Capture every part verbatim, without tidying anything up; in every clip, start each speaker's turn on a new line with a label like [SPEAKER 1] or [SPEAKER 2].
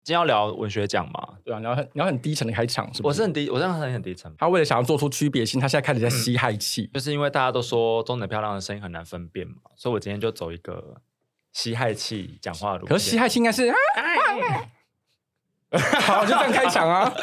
[SPEAKER 1] 今天要聊文学奖嘛？
[SPEAKER 2] 对啊，你要很你要很低沉的开场，是不是？
[SPEAKER 1] 我是很低，我这样很很低沉。
[SPEAKER 2] 他为了想要做出区别性，他现在开始在吸氦气、
[SPEAKER 1] 嗯，就是因为大家都说中等漂亮的声音很难分辨嘛，所以我今天就走一个吸氦气讲话的路线。
[SPEAKER 2] 可是吸氦气应该是，好，就这样开场啊。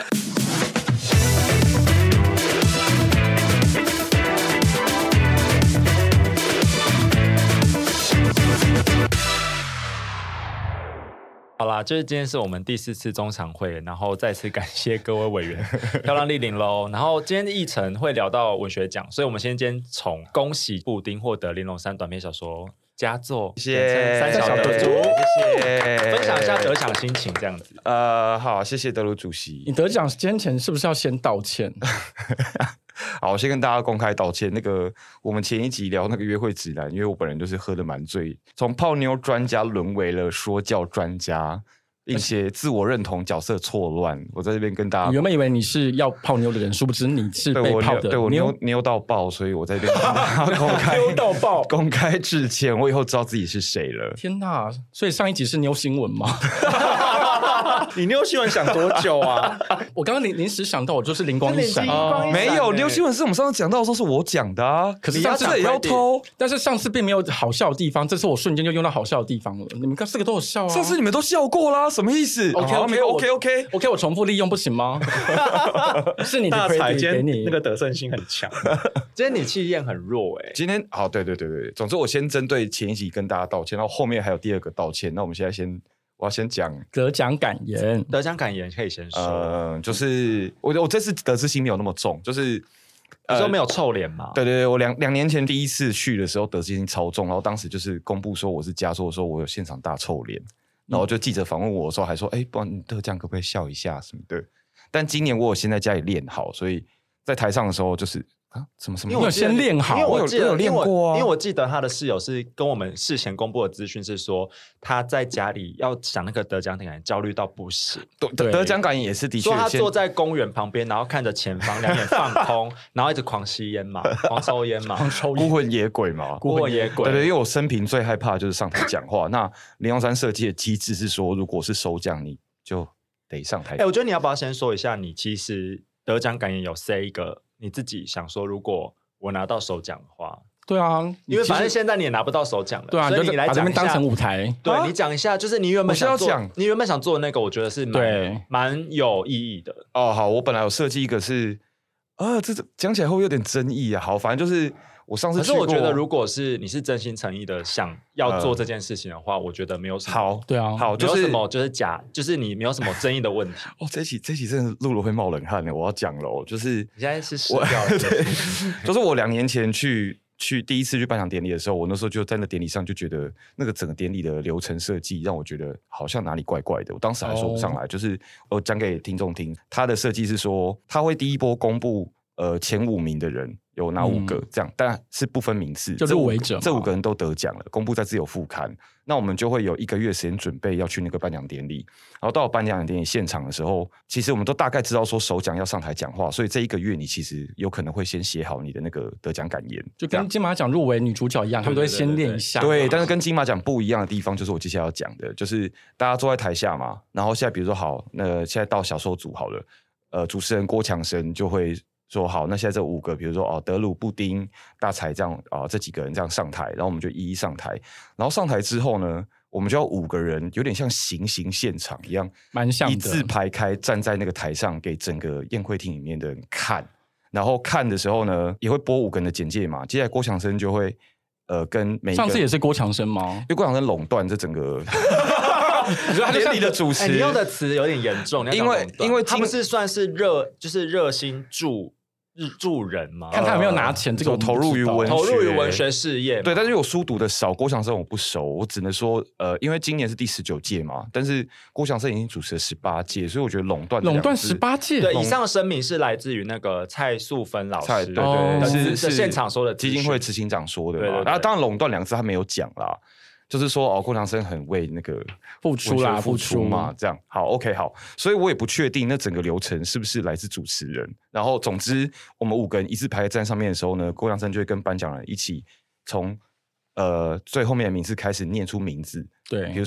[SPEAKER 1] 好啦，就是今天是我们第四次中常会，然后再次感谢各位委员漂亮莅临咯。然后今天的议程会聊到文学奖，所以我们先先从恭喜布丁获得玲珑山短篇小说佳作，
[SPEAKER 3] 谢谢
[SPEAKER 1] 三小得主，
[SPEAKER 3] 谢谢，
[SPEAKER 1] 分享一下得奖心情这样子。
[SPEAKER 3] 呃，好，谢谢德鲁主席。
[SPEAKER 2] 你得奖之前是不是要先道歉？
[SPEAKER 3] 好，我先跟大家公开道歉。那个我们前一集聊那个约会指南，因为我本人就是喝得蛮醉，从泡妞专家沦为了说教专家，并且自我认同角色错乱。我在这边跟大家，
[SPEAKER 2] 你原本以为你是要泡妞的人，殊不知你是被泡的。
[SPEAKER 3] 对我妞妞到爆，所以我在这边公开
[SPEAKER 2] 妞到爆，
[SPEAKER 3] 公开致歉。我以后知道自己是谁了。
[SPEAKER 2] 天哪！所以上一集是妞新闻吗？
[SPEAKER 1] 你妞新闻想多久啊？
[SPEAKER 2] 我刚刚临临时想到，我就是灵光一闪。
[SPEAKER 3] 哦、没有妞新闻是我们上次讲到的时候是我讲的啊，可是上次也要偷，
[SPEAKER 2] 但是上次并没有好笑的地方，这次我瞬间就用到好笑的地方了。你们刚四个都有笑啊，
[SPEAKER 3] 上次你们都笑过啦，什么意思
[SPEAKER 2] ？OK
[SPEAKER 3] OK
[SPEAKER 2] OK
[SPEAKER 3] OK OK
[SPEAKER 2] OK， 我重复利用不行吗？是你的 credit 给你，
[SPEAKER 4] 那个得胜心很强。
[SPEAKER 1] 今天你气焰很弱哎、欸。
[SPEAKER 3] 今天好，对对对对，总之我先针对前一集跟大家道歉，然后后面还有第二个道歉。那我们现在先。我要先讲
[SPEAKER 2] 得奖感言，
[SPEAKER 1] 得奖感言可以先说。
[SPEAKER 3] 呃，就是我我这次得失心没有那么重，就是
[SPEAKER 1] 你说没有臭脸吗？
[SPEAKER 3] 对对对，我两两年前第一次去的时候得失心超重，然后当时就是公布说我是佳作的时候，我有现场大臭脸，然后就记者访问我的时候还说，哎、欸，不然你得奖可不可以笑一下什么的？但今年我有先在家里练好，所以在台上的时候就是。啊，什么什么？
[SPEAKER 2] 你有先练好？
[SPEAKER 1] 因为我记得
[SPEAKER 3] 我有练过啊。
[SPEAKER 1] 因为我记得他的室友是跟我们事前公布的资讯是说，他在家里要想那个得奖感言，焦虑到不行。
[SPEAKER 3] 得得奖感言也是的确，
[SPEAKER 1] 说他坐在公园旁边，然后看着前方，两眼放空，然后一直狂吸烟嘛，狂抽烟嘛，
[SPEAKER 2] 狂抽烟，
[SPEAKER 3] 孤魂野鬼嘛，
[SPEAKER 1] 孤魂野鬼。
[SPEAKER 3] 对对，因为我生平最害怕就是上台讲话。那林阳山设计的机制是说，如果是首奖，你就得上台。
[SPEAKER 1] 哎、欸，我觉得你要不要先说一下，你其实得奖感言有 say 一个你自己想说，如果我拿到首奖的话，
[SPEAKER 2] 对啊，
[SPEAKER 1] 因为反正现在你也拿不到首奖了，
[SPEAKER 2] 对啊，
[SPEAKER 1] 所以你来讲一下，
[SPEAKER 2] 把这边当成舞台，
[SPEAKER 1] 对、
[SPEAKER 3] 啊、
[SPEAKER 1] 你讲一下，就是你原本想做，
[SPEAKER 3] 讲
[SPEAKER 1] 你原本想做的那个，我觉得是蛮蛮有意义的。
[SPEAKER 3] 哦，好，我本来有设计一个是，啊，这讲起来会不会有点争议啊？好，反正就是我上次去过，
[SPEAKER 1] 可是我觉得，如果是你是真心诚意的想要做这件事情的话，呃、我觉得没有什么
[SPEAKER 3] 好，
[SPEAKER 2] 对啊，
[SPEAKER 3] 好，就是
[SPEAKER 1] 没有什么就是假，就是你没有什么争议的问题。
[SPEAKER 3] 哦，这期这期真的录了会冒冷汗的，我要讲了哦，就是
[SPEAKER 1] 你现在是失掉了，
[SPEAKER 3] 对，就是我两年前去去第一次去颁奖典礼的时候，我那时候就在那典礼上就觉得那个整个典礼的流程设计让我觉得好像哪里怪怪的，我当时还说不上来， oh. 就是我讲给听众听，他的设计是说他会第一波公布呃前五名的人。有哪五个、嗯、这样，但是不分名次，
[SPEAKER 2] 就入围者，
[SPEAKER 3] 这五个人都得奖了，公布在自由副刊。那我们就会有一个月时间准备要去那个颁奖典礼，然后到了颁奖典礼现场的时候，其实我们都大概知道说首奖要上台讲话，所以这一个月你其实有可能会先写好你的那个得奖感言，
[SPEAKER 2] 就跟金马奖入围女主角一样，他们都会先练一下。
[SPEAKER 3] 对，但是跟金马奖不一样的地方，就是我接下来要讲的，就是大家坐在台下嘛，然后现在比如说好，那现在到小说组好了，呃，主持人郭强生就会。说好，那现在这五个，比如说哦，德鲁、布丁、大财这样啊、哦，这几个人这样上台，然后我们就一一上台。然后上台之后呢，我们就要五个人，有点像行刑现场一样，
[SPEAKER 2] 蛮像的，
[SPEAKER 3] 一字排开站在那个台上，给整个宴会厅里面的人看。然后看的时候呢，也会播五个人的简介嘛。接下来郭强生就会呃跟每一个
[SPEAKER 2] 上次也是郭强生吗？
[SPEAKER 3] 因为郭强生垄断这整个。你说典礼的主持、
[SPEAKER 1] 欸，你用的词有点严重，
[SPEAKER 3] 因为因为
[SPEAKER 1] 他不是算是热，就是热心助助人吗？
[SPEAKER 2] 看他有没有拿钱，这个
[SPEAKER 3] 投入于文学，
[SPEAKER 1] 投入于文学事业。
[SPEAKER 3] 对，但是我书读的少，郭强生我不熟，我只能说，呃，因为今年是第十九届嘛，但是郭强生已经主持了十八届，所以我觉得垄断
[SPEAKER 2] 垄断十八届。
[SPEAKER 1] 对，以上的声明是来自于那个蔡素芬老师，
[SPEAKER 3] 对对对，
[SPEAKER 1] 哦、
[SPEAKER 3] 是
[SPEAKER 1] 是现场说的，
[SPEAKER 3] 基金会执行长说的嘛。
[SPEAKER 1] 对对对，
[SPEAKER 3] 然后当然垄断两个字他没有讲啦。就是说哦，郭强生很为那个
[SPEAKER 2] 付出啦，
[SPEAKER 3] 付出嘛，这样好 ，OK 好，所以我也不确定那整个流程是不是来自主持人。然后总之，我们五个人一字排在站上面的时候呢，郭强生就会跟颁奖人一起从呃最后面的名字开始念出名字。
[SPEAKER 2] 对，
[SPEAKER 3] 比如说好，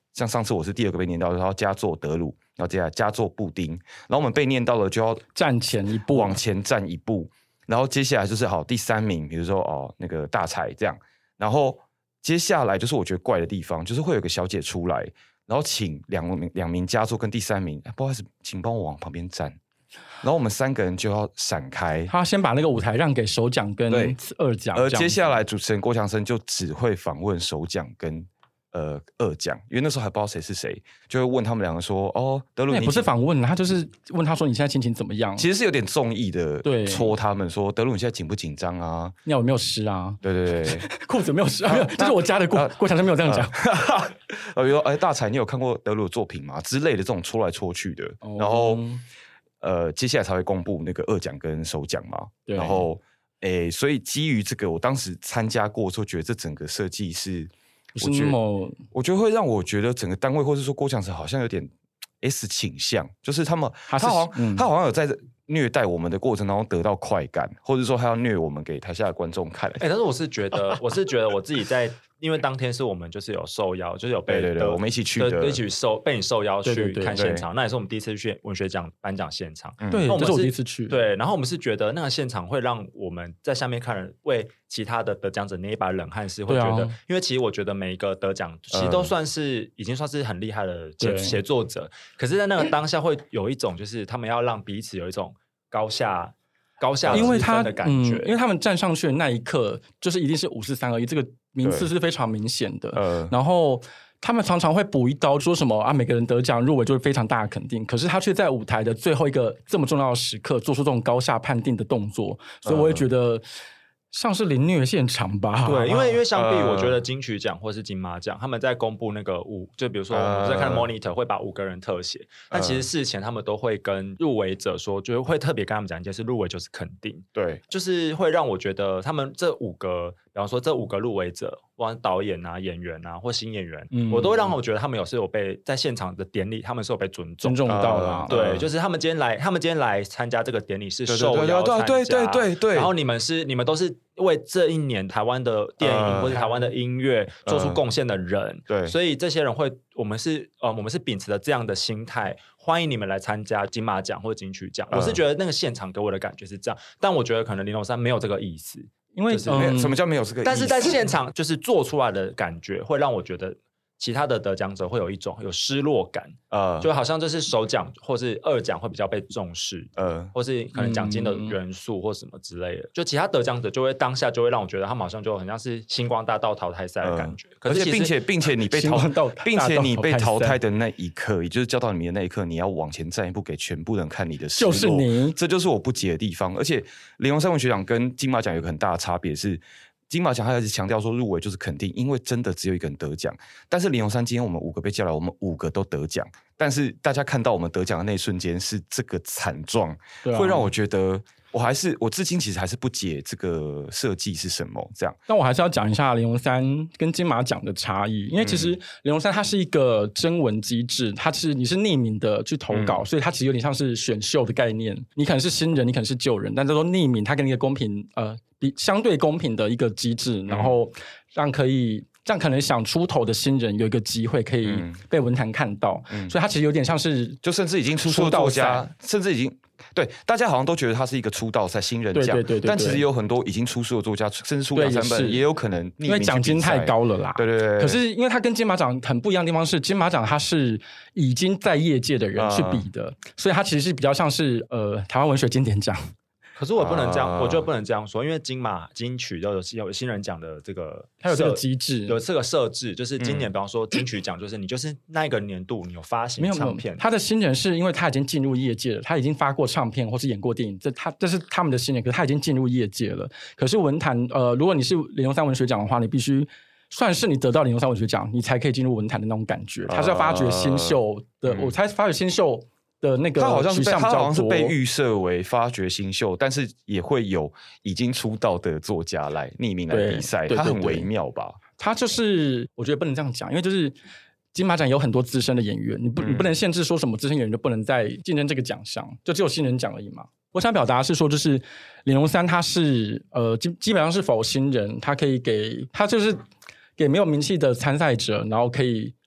[SPEAKER 3] 像上次我是第二个被念到，然后佳作德鲁，然后接下来佳作布丁，然后我们被念到了就要
[SPEAKER 2] 站前一步，
[SPEAKER 3] 往前站一步，然后接下来就是好第三名，比如说哦那个大才这样，然后接下来就是我觉得怪的地方，就是会有个小姐出来，然后请两名两名佳作跟第三名，不好意思，请帮我往旁边站。然后我们三个人就要闪开，
[SPEAKER 2] 他先把那个舞台让给首奖跟二奖，
[SPEAKER 3] 而接下来主持人郭强生就只会访问首奖跟呃二奖，因为那时候还不知道谁是谁，就会问他们两个说：“哦，德鲁，
[SPEAKER 2] 那也不是访问，他就是问他说你现在心情怎么样？”
[SPEAKER 3] 其实是有点综艺的，
[SPEAKER 2] 对，
[SPEAKER 3] 戳他们说：“德鲁，你现在紧不紧张啊？
[SPEAKER 2] 尿有没有湿啊？”
[SPEAKER 3] 对对对，
[SPEAKER 2] 裤子有没有湿啊？没有，这是我家的郭郭强生没有这样讲。
[SPEAKER 3] 呃，比如说，哎，大才，你有看过德鲁的作品吗？之类的这种戳来戳去的，哦、然后。呃，接下来才会公布那个二奖跟首奖嘛。然后，诶，所以基于这个，我当时参加过之后，觉得这整个设计是，
[SPEAKER 2] 不是那么，
[SPEAKER 3] 我觉得会让我觉得整个单位，或是说郭强生好像有点 S 倾向，就是他们，他好像、嗯、他好像有在虐待我们的过程当中得到快感，或者说他要虐我们给台下的观众看。
[SPEAKER 1] 哎、欸，但是我是觉得，我是觉得我自己在。因为当天是我们就是有受邀，就是有被
[SPEAKER 3] 对对对，我们一起去的，
[SPEAKER 1] 一起受被你受邀去看现场，那也是我们第一次去文学奖颁奖现场。
[SPEAKER 2] 对，这是我第一次去。
[SPEAKER 1] 对，然后我们是觉得那个现场会让我们在下面看人为其他的得奖者捏一把冷汗，是会觉得，啊、因为其实我觉得每一个得奖其实都算是、嗯、已经算是很厉害的写写作者，可是在那个当下会有一种就是他们要让彼此有一种高下。高下之分的感觉，
[SPEAKER 2] 嗯，因为他们站上去的那一刻，就是一定是五四三二一，这个名次是非常明显的。呃、然后他们常常会补一刀，说什么啊，每个人得奖入围就是非常大的肯定，可是他却在舞台的最后一个这么重要的时刻，做出这种高下判定的动作，所以我也觉得。呃像是凌虐现场吧？
[SPEAKER 1] 对，因为因为相比，我觉得金曲奖或是金马奖，他们在公布那个五，就比如说我们在看 monitor 会把五个人特写，但其实事前他们都会跟入围者说，就是会特别跟他们讲一件事，入围就是肯定，
[SPEAKER 3] 对，
[SPEAKER 1] 就是会让我觉得他们这五个，比方说这五个入围者，不管导演啊、演员啊或新演员，嗯、我都会让我觉得他们有是有被在现场的典礼，他们是有被尊重、
[SPEAKER 2] 尊重到了、啊。
[SPEAKER 1] 对，就是他们今天来，他们今天来参加这个典礼是受邀参加，
[SPEAKER 3] 对对对对，
[SPEAKER 1] 然后你们是你们都是。为这一年台湾的电影或者台湾的音乐做出贡献的人、呃，
[SPEAKER 3] 对，
[SPEAKER 1] 所以这些人会，我们是呃，我们是秉持着这样的心态，欢迎你们来参加金马奖或者金曲奖、呃。我是觉得那个现场给我的感觉是这样，但我觉得可能林龙山没有这个意思，
[SPEAKER 2] 因为、
[SPEAKER 1] 就是
[SPEAKER 2] 嗯、
[SPEAKER 3] 什么叫没有这个意思？
[SPEAKER 1] 但是在现场就是做出来的感觉，会让我觉得。其他的得奖者会有一种有失落感，呃，就好像这是首奖或是二奖会比较被重视，呃，或是可能奖金的元素或什么之类的。嗯、就其他得奖者就会当下就会让我觉得他们好像就很像是星光大道淘汰赛的感觉。呃、
[SPEAKER 3] 可是而且并且并且你被淘并且你被淘汰的那一刻，也就是叫到你的那一刻，你要往前站一步，给全部人看你的失落。
[SPEAKER 2] 就是你，
[SPEAKER 3] 这就是我不解的地方。而且林荣三文学奖跟金马奖有个很大的差别是。金马奖还是强调说入围就是肯定，因为真的只有一个人得奖。但是林荣山今天我们五个被叫来，我们五个都得奖，但是大家看到我们得奖的那一瞬间是这个惨状、啊，会让我觉得我还是我至今其实还是不解这个设计是什么这样。
[SPEAKER 2] 但我还是要讲一下林荣三跟金马奖的差异，因为其实林荣三它是一个征文机制，它是你是匿名的去投稿、嗯，所以它其实有点像是选秀的概念。你可能是新人，你可能是旧人，但这都匿名，它跟一个公平呃。比相对公平的一个机制，然后让可以让可能想出头的新人有一个机会可以被文坛看到、嗯，所以它其实有点像是
[SPEAKER 3] 就甚至已经出书的作家，甚至已经对大家好像都觉得它是一个出道赛新人奖，
[SPEAKER 2] 对对 对, 对, 对，
[SPEAKER 3] 但其实有很多已经出书的作家，甚至出两三本也有可能
[SPEAKER 2] 因为奖金太高了啦。
[SPEAKER 3] 对对 对, 对。
[SPEAKER 2] 可是因为它跟金马奖很不一样的地方是，金马奖它是已经在业界的人去比的，嗯、所以它其实是比较像是呃台湾文学经典奖。
[SPEAKER 1] 可是我不能这样、啊，我觉得不能这样说，因为金马金曲都有有新人奖的这个，
[SPEAKER 2] 它有这个机制，
[SPEAKER 1] 有这个设置，就是今年、嗯、比方说金曲奖，就是你就是那一个年度你有发行唱片，
[SPEAKER 2] 他的新人是因为他已经进入业界了，他已经发过唱片或是演过电影，这他这是他们的新人，可是他已经进入业界了。可是文坛呃，如果你是林荣三文学奖的话，你必须算是你得到林荣三文学奖，你才可以进入文坛的那种感觉。他是要发掘新秀的，呃、我才发掘新秀。的那个
[SPEAKER 3] 他好像是被他好像是被预设为发掘新秀，但是也会有已经出道的作家来匿名来比赛，他很微妙吧？
[SPEAKER 2] 他就是我觉得不能这样讲，因为就是金马奖有很多资深的演员，你不、嗯、你不能限制说什么资深演员就不能再竞争这个奖项，就只有新人奖而已嘛。我想表达是说，就是林荣三他是呃基基本上是否新人，他可以给他就是给没有名气的参赛者，然后可以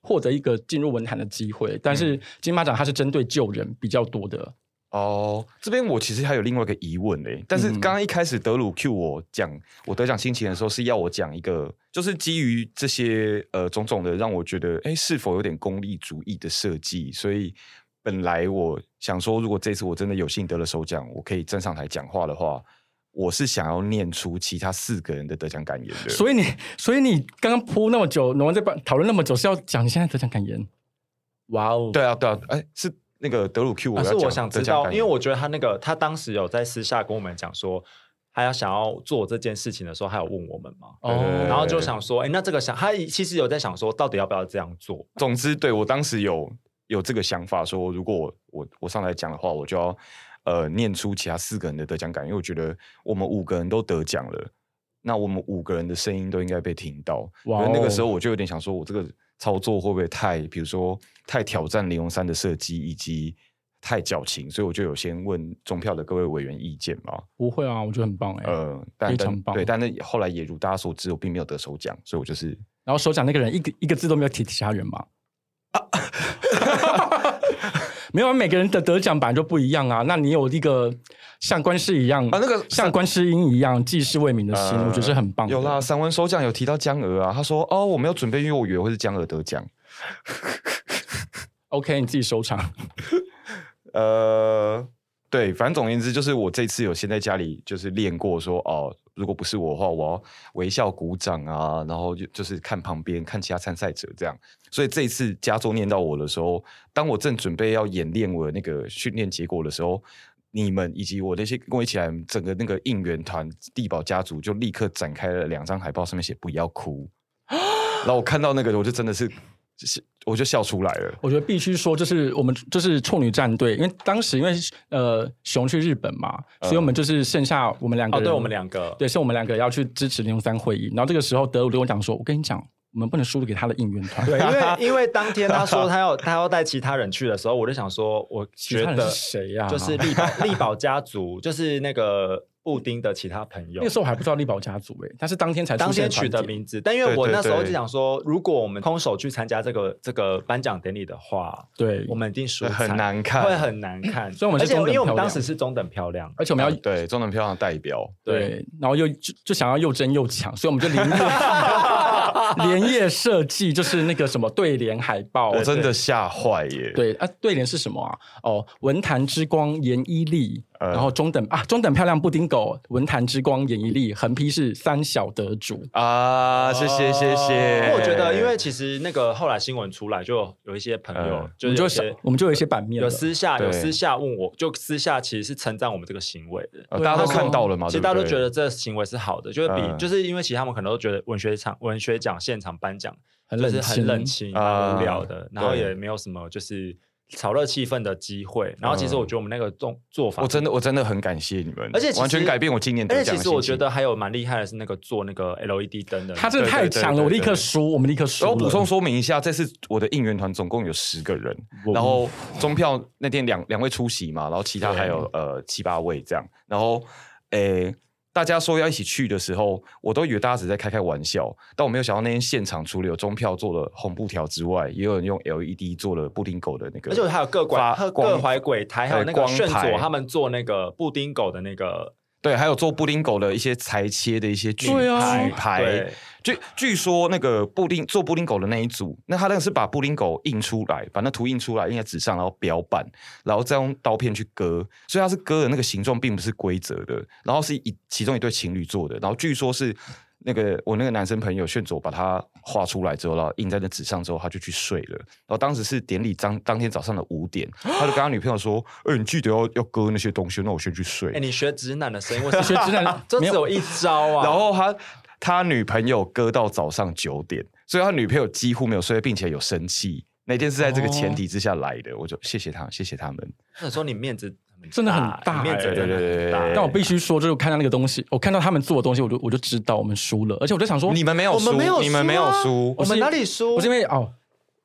[SPEAKER 2] 获得一个进入文坛的机会，但是金马奖它是针对旧人比较多的。
[SPEAKER 3] 哦，这边我其实还有另外一个疑问嘞，但是刚刚一开始德鲁 Q 我讲我得奖心情的时候，是要我讲一个，就是基于这些呃种种的，让我觉得哎是否有点功利主义的设计，所以本来我想说，如果这次我真的有幸得了首奖，我可以站上台讲话的话，我是想要念出其他四个人的得奖感言的。
[SPEAKER 2] 所以你，所以你刚刚铺那么久，我们在讨论那么久，是要讲你现在得奖感言？
[SPEAKER 1] 哇哦！
[SPEAKER 3] 对啊，对啊，哎是。那个德鲁 Q 我要讲、
[SPEAKER 1] 啊、是我想知道，因为我觉得他那个他当时有在私下跟我们讲说，他要想要做这件事情的时候，他有问我们嘛，哦，然后就想说，哎，那这个想他其实有在想说，到底要不要这样做？
[SPEAKER 3] 总之，对我当时有有这个想法，说如果我我我上来讲的话，我就要呃念出其他四个人的得奖感，因为我觉得我们五个人都得奖了，那我们五个人的声音都应该被听到。哇、哦！那个时候我就有点想说，我这个操作会不会太，比如说太挑战林荣三的设计，以及太矫情，所以我就有先问中票的各位委员意见嘛。不
[SPEAKER 2] 会啊，我觉得很棒哎、欸，
[SPEAKER 3] 呃，但非常棒。对，但是后来也如大家所知，我并没有得首奖，所以我就是，
[SPEAKER 2] 然后首奖那个人一个一个字都没有提其他人嘛。啊没有，每个人的得奖本来就不一样啊。那你有一个像观世一样啊，那个像观世音一样济世为民的心、呃，我觉得是很棒的。
[SPEAKER 3] 有啦，散文首奖有提到江娥啊，他说哦，我没有准备，因为我以为会是江娥得奖。
[SPEAKER 2] OK， 你自己收场。
[SPEAKER 3] 呃，对，反正总而言之，就是我这次有先在家里就是练过说，哦，如果不是我的话，我要微笑鼓掌啊，然后就就是看旁边看其他参赛者这样。所以这一次佳作念到我的时候，当我正准备要演练我的那个训练结果的时候，你们以及我那些跟我一起来整个那个应援团地保家族就立刻展开了两张海报，上面写不要哭。然后我看到那个，我就真的是。我就笑出来了。
[SPEAKER 2] 我觉得必须说，就是我们就是处女战队，因为当时因为呃熊去日本嘛，所以我们就是剩下我们两个人、
[SPEAKER 1] 哦，对我们两个，
[SPEAKER 2] 对，是我们两个要去支持林荣三会议。然后这个时候德鲁跟我讲说：“我跟你讲，我们不能输给他的应援团。”
[SPEAKER 1] 对，因为因为当天他说他要他要带其他人去的时候，我就想说，我觉得
[SPEAKER 2] 谁呀？
[SPEAKER 1] 就是力宝力宝家族，就是那个。布丁的其他朋友，
[SPEAKER 2] 那个时候我还不知道力宝家族诶、欸，他是当天才出现
[SPEAKER 1] 当天取的名字。但因为我那时候就想说，如果我们空手去参加这个这个颁奖典礼的话，
[SPEAKER 2] 对，
[SPEAKER 1] 我们一定输
[SPEAKER 3] 很难看，
[SPEAKER 1] 会很难看。
[SPEAKER 2] 所以我们是中等漂亮，
[SPEAKER 1] 而且因为我们当时是中等漂亮，
[SPEAKER 2] 而且我们要、
[SPEAKER 3] 啊、对中等漂亮的代表，
[SPEAKER 2] 对，对然后又 就, 就想要又真又强，所以我们就连夜连夜设计，就是那个什么对联海报，
[SPEAKER 3] 我真的吓坏耶。
[SPEAKER 2] 对啊，对联是什么啊？哦，文坛之光严一力。然后中等啊，中等漂亮布丁狗，文坛之光演一力，横批是三小得主
[SPEAKER 3] 啊！谢谢谢谢。
[SPEAKER 1] 我觉得，因为其实那个后来新闻出来，就有一些朋友，嗯、就是有些
[SPEAKER 2] 我们就有一些版面，
[SPEAKER 1] 有私下有私下问我，就私下其实是称赞我们这个行为的，
[SPEAKER 3] 哦、大家都看到了嘛？
[SPEAKER 1] 其实大家都觉得这行为是好的，就是比、嗯、就是因为其实他们可能都觉得文学场文学奖现场颁奖就是很冷清、很无聊的，然后也没有什么就是。炒热气氛的机会，然后其实我觉得我们那个做做法，
[SPEAKER 3] 我真的我真的很感谢你们，
[SPEAKER 1] 而且
[SPEAKER 3] 完全改变我今年得奖的心情。
[SPEAKER 1] 而且其实我觉得还有蛮厉害的是那个做那个 L E D 灯的，
[SPEAKER 2] 他真的太强了，我立刻输，我们立刻输。
[SPEAKER 3] 我补充说明一下，这次我的应援团总共有十个人，然后中票那天两两位出席嘛，然后其他还有呃七八位这样，然后诶。大家说要一起去的时候，我都以为大家只是在开开玩笑，但我没有想到那天现场除了有中票做了红布条之外，也有人用 L E D 做了布丁狗的那个，
[SPEAKER 1] 而且还有各拐各怀鬼台，还有那个炫左他们做那个布丁狗的那个，
[SPEAKER 3] 对，还有做布丁狗的一些裁切的一些举牌。据据说那个布丁做布丁狗的那一组，那他那个是把布丁狗印出来，把那图印出来印在纸上，然后裱版，然后再用刀片去割，所以他是割的那个形状并不是规则的，然后是一其中一对情侣做的，然后据说是那个我那个男生朋友炫左把它画出来之后，然后印在那纸上之后，他就去睡了。然后当时是典礼当当天早上的五点，他就跟他女朋友说：“哎、欸，你记得要要割那些东西，那我先去睡。”
[SPEAKER 1] 哎，你学直男的声音，我是学直男，就只有一招啊。
[SPEAKER 3] 然后他。他女朋友割到早上九点，所以他女朋友几乎没有睡，并且有生气。那天是在这个前提之下来的，哦、我就谢谢他，谢谢他们。
[SPEAKER 1] 那时候你面子
[SPEAKER 2] 真的很大、欸，
[SPEAKER 1] 面子真的很大。
[SPEAKER 2] 但我必须说，就是我看到那个东西，我看到他们做的东西，我就我就知道我们输了。而且我就想说，
[SPEAKER 3] 你们没有输，
[SPEAKER 1] 我们没有输、啊，
[SPEAKER 3] 你们没有输，
[SPEAKER 1] 我们哪里输？
[SPEAKER 2] 我是因为哦。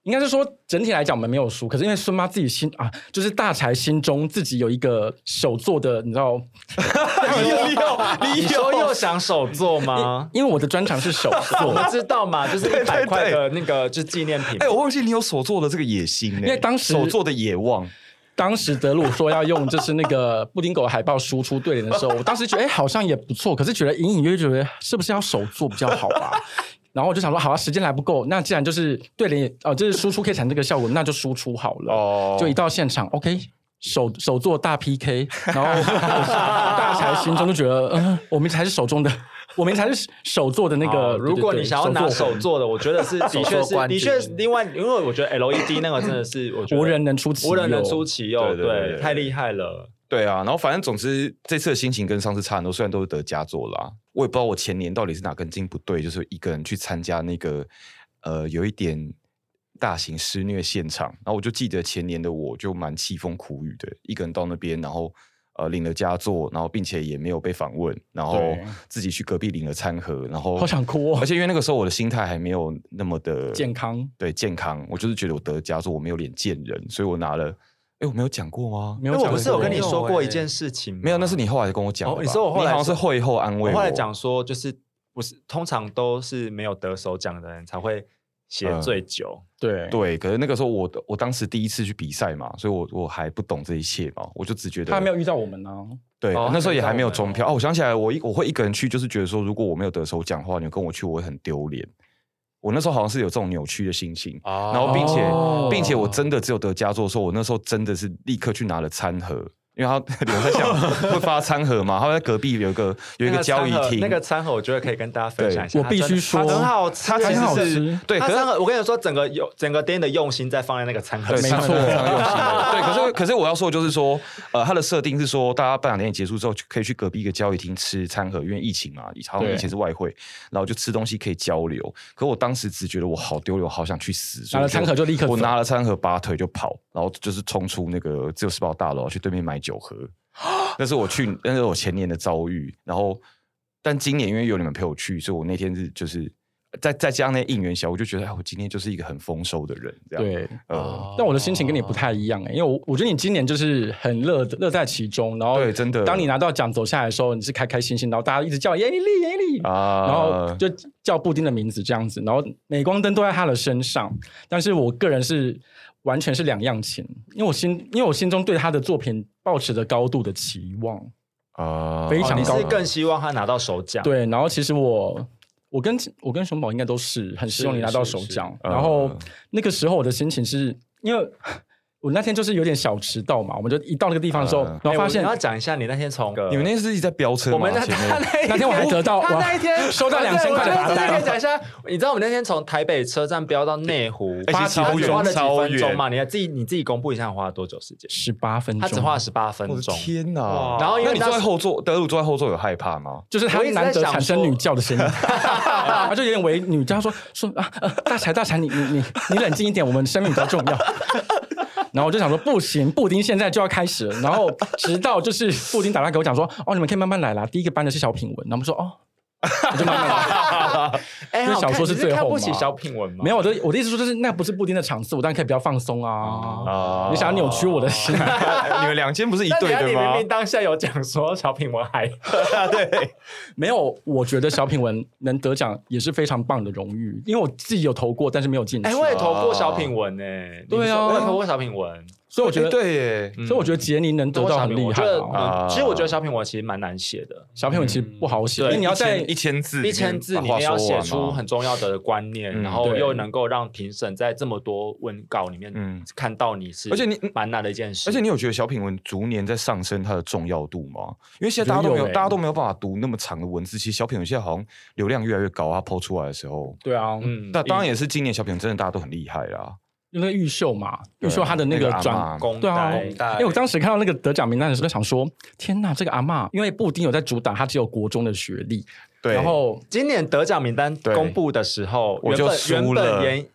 [SPEAKER 2] 应该是说整体来讲我们没有输，可是因为孙妈自己心啊，就是大柴心中自己有一个手做的，你知道？
[SPEAKER 1] 你有你说又想手做吗？
[SPEAKER 2] 因为我的专长是手做，
[SPEAKER 1] 我们知道嘛，就是一百块的那个就是纪念品。
[SPEAKER 3] 哎、欸，我忘记你有手做的这个野心呢、欸，
[SPEAKER 2] 因为当时
[SPEAKER 3] 手做的野望。
[SPEAKER 2] 当时德鲁说要用就是那个布丁狗的海报输出对联的时候，我当时觉得哎、欸、好像也不错，可是觉得隐隐约约觉得是不是要手做比较好吧？然后我就想说，好啊，时间还不够，那既然就是对联哦、呃，就是输出可以产生这个效果，那就输出好了。哦，就一到现场 ，OK， 手手做大 P K， 然后大柴心中就觉得，嗯、呃，我们才是手中的。我们才是手做的那个、哦。
[SPEAKER 1] 如果你想要拿手做的，我觉得是的确是的确是另外，因为我觉得 L E D 那个真的是我觉得
[SPEAKER 2] 无人能出其右，
[SPEAKER 1] 无人能出其右，
[SPEAKER 3] 对, 对, 对,
[SPEAKER 1] 对，太厉害了。
[SPEAKER 3] 对啊，然后反正总之这次的心情跟上次差很多，虽然都是得佳作啦，我也不知道我前年到底是哪根筋不对，就是一个人去参加那个呃有一点大型施虐现场，然后我就记得前年的我就蛮凄风苦雨的，一个人到那边，然后。呃，领了佳作，然后并且也没有被访问，然后自己去隔壁领了餐盒，然后
[SPEAKER 2] 好想哭哦！
[SPEAKER 3] 而且因为那个时候我的心态还没有那么的
[SPEAKER 2] 健康，
[SPEAKER 3] 对健康，我就是觉得我得佳作，我没有脸见人，所以我拿了。哎，我没有讲过吗？
[SPEAKER 1] 没有讲过。我不是有跟你说过一件事情吗？
[SPEAKER 3] 没有，那是你后来跟我讲的、哦。
[SPEAKER 1] 你说我后来
[SPEAKER 3] 你好像是会后安慰我。
[SPEAKER 1] 我后来讲说，就是不是通常都是没有得首奖的人才会写最久。
[SPEAKER 2] 嗯对
[SPEAKER 3] 对，可是那个时候我我当时第一次去比赛嘛，所以我我还不懂这一切嘛，我就只觉得
[SPEAKER 2] 他还没有遇到我们呢、啊。
[SPEAKER 3] 对、哦，那时候也还没有中票哦。我想起来，我一我会一个人去，就是觉得说，如果我没有得首奖的话，你跟我去，我会很丢脸。我那时候好像是有这种扭曲的心情，哦、然后并且、哦、并且我真的只有得佳作的时候，我那时候真的是立刻去拿了餐盒。因为他我在想会发餐盒嘛，他在隔壁有一个有一个交易厅，
[SPEAKER 1] 那个餐盒我觉得可以跟大家分享一下。
[SPEAKER 2] 我必须说，
[SPEAKER 1] 很好吃，
[SPEAKER 2] 它很好吃。
[SPEAKER 3] 对，可是
[SPEAKER 1] 我跟你说，整个有整个店的用心在放在那个餐盒
[SPEAKER 3] 上，
[SPEAKER 1] 没
[SPEAKER 3] 错，非常用心的。对，可是可是我要说的就是说，呃，它的设定是说，大家颁奖典礼结束之后，可以去隔壁一个交易厅吃餐盒，因为疫情嘛，好像以前是外汇，然后就吃东西可以交流。可我当时只觉得我好丢脸，好想去死，
[SPEAKER 2] 拿了餐盒就立刻，
[SPEAKER 3] 我拿了餐盒拔腿就跑，然后就是冲出那个自由时报大楼去对面买酒喝。那是我去，那是我前年的遭遇。然后，但今年因为有你们陪我去，所以我那天是就是再再加上那应援小，我就觉得，哎，我今天就是一个很丰收的人。这样
[SPEAKER 2] 对，呃，但我的心情跟你不太一样哎、欸，因为我我觉得你今年就是很乐乐在其中，然后
[SPEAKER 3] 对，真的，
[SPEAKER 2] 当你拿到奖走下来的时候，你是开开心心，然后大家一直叫耶利耶利啊，然后就叫布丁的名字这样子，然后镁光灯都在他的身上，但是我个人是。完全是两样情，因为我心，因为我心中对他的作品抱持着高度的期望
[SPEAKER 3] 啊、
[SPEAKER 2] 呃，非常高、
[SPEAKER 1] 哦。你是更希望他拿到首奖？
[SPEAKER 2] 对，然后其实我，我跟我跟熊宝应该都是很希望你拿到首奖。然后、呃、那个时候我的心情是因为。我那天就是有点小迟到嘛，我们就一到那个地方的时候，呃、然后发现、
[SPEAKER 1] 欸、你要讲一下你那天从
[SPEAKER 3] 你们那天是一直在飙车吗？
[SPEAKER 1] 我们那那
[SPEAKER 2] 那天我还得到
[SPEAKER 1] 他那一天
[SPEAKER 2] 收到两千块的罚单。
[SPEAKER 1] 可以讲一下，你知道我们那天从台北车站飙到内湖，
[SPEAKER 3] 花几分
[SPEAKER 1] 钟？花了几分钟嘛？你自己你自己公布一下，花了多久时间？
[SPEAKER 2] 十八分钟，
[SPEAKER 1] 他只花了十八分钟。
[SPEAKER 3] 天哪！
[SPEAKER 1] 然后因为
[SPEAKER 3] 你坐在后座，德鲁坐在后座有害怕吗？
[SPEAKER 2] 就是他难得产生女教的声音，他就有点为女教，他说说啊，呃、大柴大柴，你你你你冷静一点，我们生命比较重要。然后我就想说不行，布丁现在就要开始了。然后直到就是布丁打电话给我讲说，哦，你们可以慢慢来啦。第一个班的是小品文，然后我们说哦，我就慢慢来。
[SPEAKER 1] 哎、欸，
[SPEAKER 2] 因为小说是最后嘛。
[SPEAKER 1] 看不起小品文吗？
[SPEAKER 2] 没有，我的我的意思说就是那不是布丁的场次，我当然可以比较放松啊。啊、你想要扭曲我的心？
[SPEAKER 3] 你们两间不是一对的吗？
[SPEAKER 1] 你明明当下有讲说小品文还
[SPEAKER 3] 对，
[SPEAKER 2] 没有。我觉得小品文能得奖也是非常棒的荣誉，因为我自己有投过，但是没有进去。
[SPEAKER 1] 哎、欸，我也投过小品文呢、欸。
[SPEAKER 2] 对啊，
[SPEAKER 1] 我也投过小品文。
[SPEAKER 2] 所以我觉得、
[SPEAKER 3] 欸、对耶、
[SPEAKER 2] 嗯，所以我觉得杰尼能得到很厉害、
[SPEAKER 1] 啊。其实我觉得小品文其实蛮难写的，
[SPEAKER 2] 小品文其实不好写，因为你要在
[SPEAKER 3] 一千字
[SPEAKER 1] 一千字里面要写出很重要的观念，嗯、然后又能够让评审在这么多文稿里面看到你是，
[SPEAKER 3] 而且你
[SPEAKER 1] 蛮难的一件事。
[SPEAKER 3] 而且你有觉得小品文逐年在上升它的重要度吗？因为现在大家都没有，有欸、大家都没有办法读那么长的文字，其实小品文现在好像流量越来越高，它抛出来的时候，
[SPEAKER 2] 对啊，
[SPEAKER 3] 嗯，那当然也是今年小品文真的大家都很厉害啦。
[SPEAKER 2] 因为玉秀嘛，玉秀他的那个转
[SPEAKER 1] 工、那個，
[SPEAKER 2] 对啊，因为我当时看到那个得奖名单的时候，想说，天哪，这个阿嬷，因为布丁有在主打，他只有国中的学历，
[SPEAKER 3] 对。
[SPEAKER 2] 然后
[SPEAKER 1] 今年得奖名单公布的时候，
[SPEAKER 3] 我就输了。
[SPEAKER 1] 原本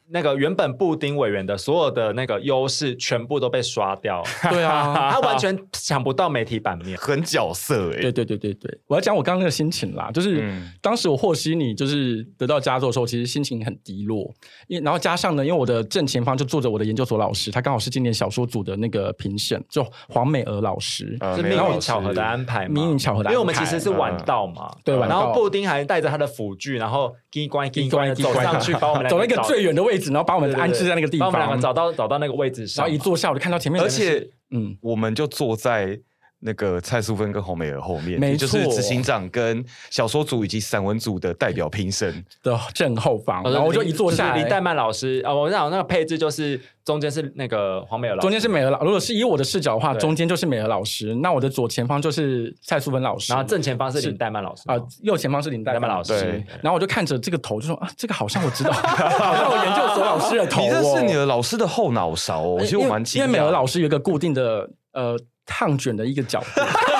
[SPEAKER 1] 那个原本布丁委员的所有的那个优势全部都被刷掉。
[SPEAKER 2] 对啊，
[SPEAKER 1] 他完全抢不到媒体版面，
[SPEAKER 3] 很角色哎、欸。
[SPEAKER 2] 对对对对对，我要讲我刚刚那个心情啦，就是、嗯、当时我获悉你就是得到佳作的时候，其实心情很低落，因然后加上呢，因为我的正前方就坐着我的研究所老师，他刚好是今年小说组的那个评审，就黄美娥老师，
[SPEAKER 1] 呃、是命运巧合的安排嘛？
[SPEAKER 2] 命运巧合的安排，
[SPEAKER 1] 因为我们其实是晚到嘛，
[SPEAKER 2] 呃、对，晚到。
[SPEAKER 1] 然后布丁还带着他的辅具，然后叽关叽关走上去，把我们
[SPEAKER 2] 走那个最远的位置，然后把我们安置在那个地方，
[SPEAKER 1] 把我们两个找到找到那个位置上，
[SPEAKER 2] 然后一坐下我就看到前面，
[SPEAKER 3] 而且嗯，我们就坐在那个蔡淑芬跟洪美娥后面，
[SPEAKER 2] 没
[SPEAKER 3] 错，就是执行长跟小说组以及散文组的代表评审
[SPEAKER 2] 的正后方，然后我就一坐下来，
[SPEAKER 1] 林黛曼老师啊、哦，我想那个配置就是中间是那个黄美娥老师，
[SPEAKER 2] 中间是美娥老，如果是以我的视角的话，中间就是美娥老师，那我的左前方就是蔡淑芬老师，
[SPEAKER 1] 然后正前方是林黛曼老师
[SPEAKER 2] 啊、呃，右前方是林黛曼老师，然后我就看着这个头就说啊，这个好像我知道，好像我研究所老师的头、哦，
[SPEAKER 3] 你这是你的老师的后脑勺哦，其实我蛮惊讶，
[SPEAKER 2] 因为美娥老师有一个固定的呃烫卷的一个角度。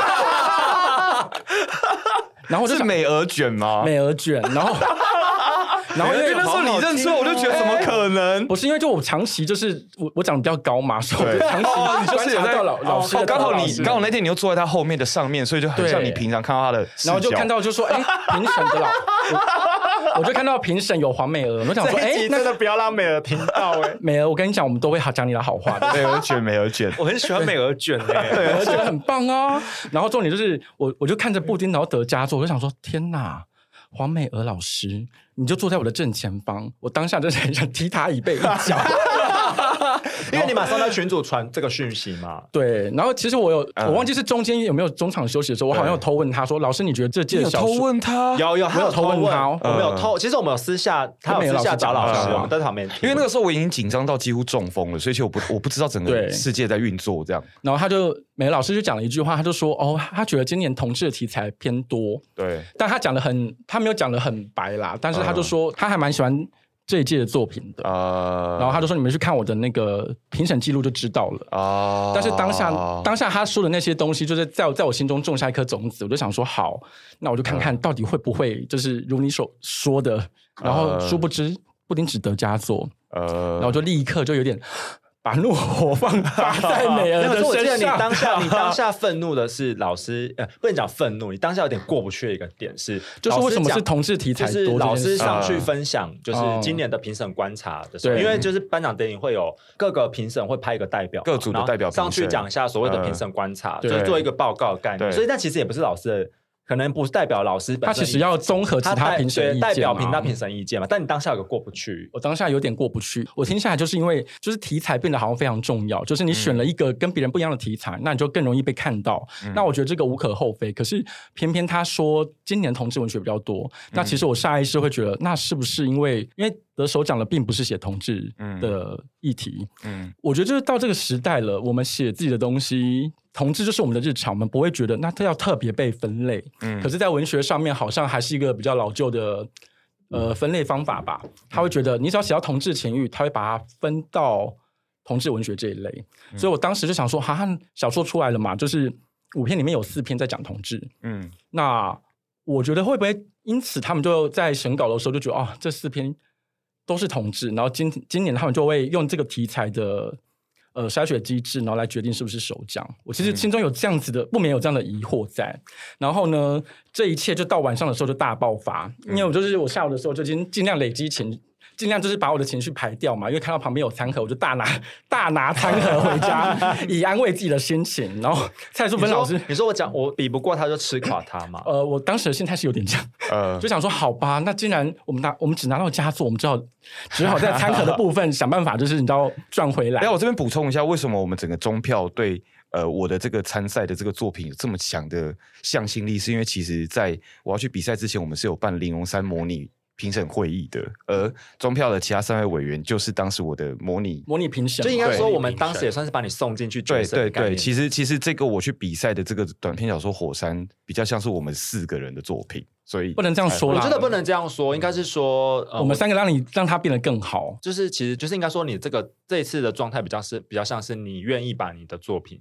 [SPEAKER 2] 然后就是
[SPEAKER 3] 美娥卷吗？
[SPEAKER 2] 美娥卷，然后，然后因为
[SPEAKER 3] 那时候你认出我就觉得怎么可能？
[SPEAKER 2] 不是因为就我长期就是我我长得比较高嘛，所以我就长期
[SPEAKER 3] 你就是有在
[SPEAKER 2] 老老师
[SPEAKER 3] 刚好你刚好那天你又坐在他后面的上面，所以就很像你平常看到他的视角，
[SPEAKER 2] 然后就看到就说哎，评审的老。我就看到评审有黄美娥，我想说，哎、
[SPEAKER 1] 欸，真的不要让美娥听到哎、欸。
[SPEAKER 2] 美娥，我跟你讲，我们都会讲你的好话的。
[SPEAKER 3] 美娥卷，美娥卷，
[SPEAKER 1] 我很喜欢美娥卷哎、欸，
[SPEAKER 2] 对，我觉得很棒啊。然后重点就是，我我就看着布丁，然后得佳作，我就想说，天哪，黄美娥老师，你就坐在我的正前方，我当下真的很想踢他一背一脚。
[SPEAKER 1] 因为你马上在群组传这个讯息嘛，
[SPEAKER 2] 对。然后其实我有，我忘记是中间有没有中场休息的时候，我好像有偷问他说：“老师，你觉得这届小说？”
[SPEAKER 3] 偷问他，
[SPEAKER 1] 有有，
[SPEAKER 2] 我有偷问他，
[SPEAKER 1] 我们有偷。其实我们有私下，他有私下找老师，我们在旁边。
[SPEAKER 3] 因为那个时候我已经紧张到几乎中风了，所以其实我不我不知道整个世界在运作这样。
[SPEAKER 2] 然后他就美娥老师就讲了一句话，他就说：“哦，他觉得今年同志的题材偏多。”
[SPEAKER 3] 对，
[SPEAKER 2] 但他讲的很，他没有讲的很白啦，但是他就说他还蛮喜欢这一届的作品的，呃、然后他就说你们去看我的那个评审记录就知道了。呃、但是当下当下他说的那些东西，就是在在我心中种下一颗种子，我就想说好，那我就看看到底会不会就是如你所说的，然后殊不知布丁只得佳作，呃、然后我就立刻就有点。把怒火放发在美娥的身上。
[SPEAKER 1] 我记得你当下，你当下愤怒的是老师，呃，不能讲愤怒，你当下有点过不去的一个点是，
[SPEAKER 2] 就是为什么是同志题材多？
[SPEAKER 1] 就是老师上去分享，就是今年的评审观察的时候，因为就是颁奖典礼会有各个评审会派一个代表，
[SPEAKER 3] 各组的代表
[SPEAKER 1] 上去讲一下所谓的评审观察，就是做一个报告的概念。所以，但其实也不是老师的。可能不代表老师本身，
[SPEAKER 2] 他其实要综合其他评审意见，
[SPEAKER 1] 代表评他评审意见嘛。但你当下有个过不去，
[SPEAKER 2] 我当下有点过不去。我听下来就是因为就是题材变得好像非常重要，就是你选了一个跟别人不一样的题材，嗯、那你就更容易被看到。嗯、那我觉得这个无可厚非。可是偏偏他说今年同志文学比较多，嗯、那其实我下意识会觉得，那是不是因为因为得首奖的并不是写同志的议题？嗯，我觉得就是到这个时代了，我们写自己的东西。同志就是我们的日常，我们不会觉得那它要特别被分类。嗯，可是，在文学上面好像还是一个比较老旧的呃分类方法吧。他会觉得你只要写到同志情欲，他会把它分到同志文学这一类。嗯、所以我当时就想说，哈哈，小说出来了嘛，就是五篇里面有四篇在讲同志。嗯，那我觉得会不会因此他们就在审稿的时候就觉得哦，这四篇都是同志，然后今今年他们就会用这个题材的。呃，筛选机制，然后来决定是不是首奖。我其实心中有这样子的，嗯、不免有这样的疑惑在。然后呢，这一切就到晚上的时候就大爆发，嗯、因为我就是我下午的时候就尽尽量累积情，尽量就是把我的情绪排掉嘛。因为看到旁边有餐盒，我就大拿大拿餐盒回家，以安慰自己的心情。然后蔡淑芬老师，
[SPEAKER 1] 你说, 你说我讲我比不过他就吃垮他嘛？
[SPEAKER 2] 呃，我当时的心态是有点这样，呃，就想说好吧，那既然我们拿我们只拿到佳作，我们只好只好在餐盒的部分想办法，就是你知道赚回来。
[SPEAKER 3] 哎，我这边补充一下，为什么我们整个中票对呃我的这个参赛的这个作品有这么强的向心力？是因为其实在我要去比赛之前，我们是有办玲珑山模拟评审会议的，而中票的其他三位委员就是当时我的模拟
[SPEAKER 2] 模拟评审，
[SPEAKER 1] 就应该说我们当时也算是把你送进去决胜的概念。
[SPEAKER 3] 对对对，其实其实这个我去比赛的这个短篇小说《火山》比较像是我们四个人的作品，所以
[SPEAKER 2] 不能这样说啦。
[SPEAKER 1] 我觉得不能这样说，应该是说、
[SPEAKER 2] 呃、我们三个让你让它变得更好，
[SPEAKER 1] 就是其实就是应该说你这个这一次的状态比较是比较像是你愿意把你的作品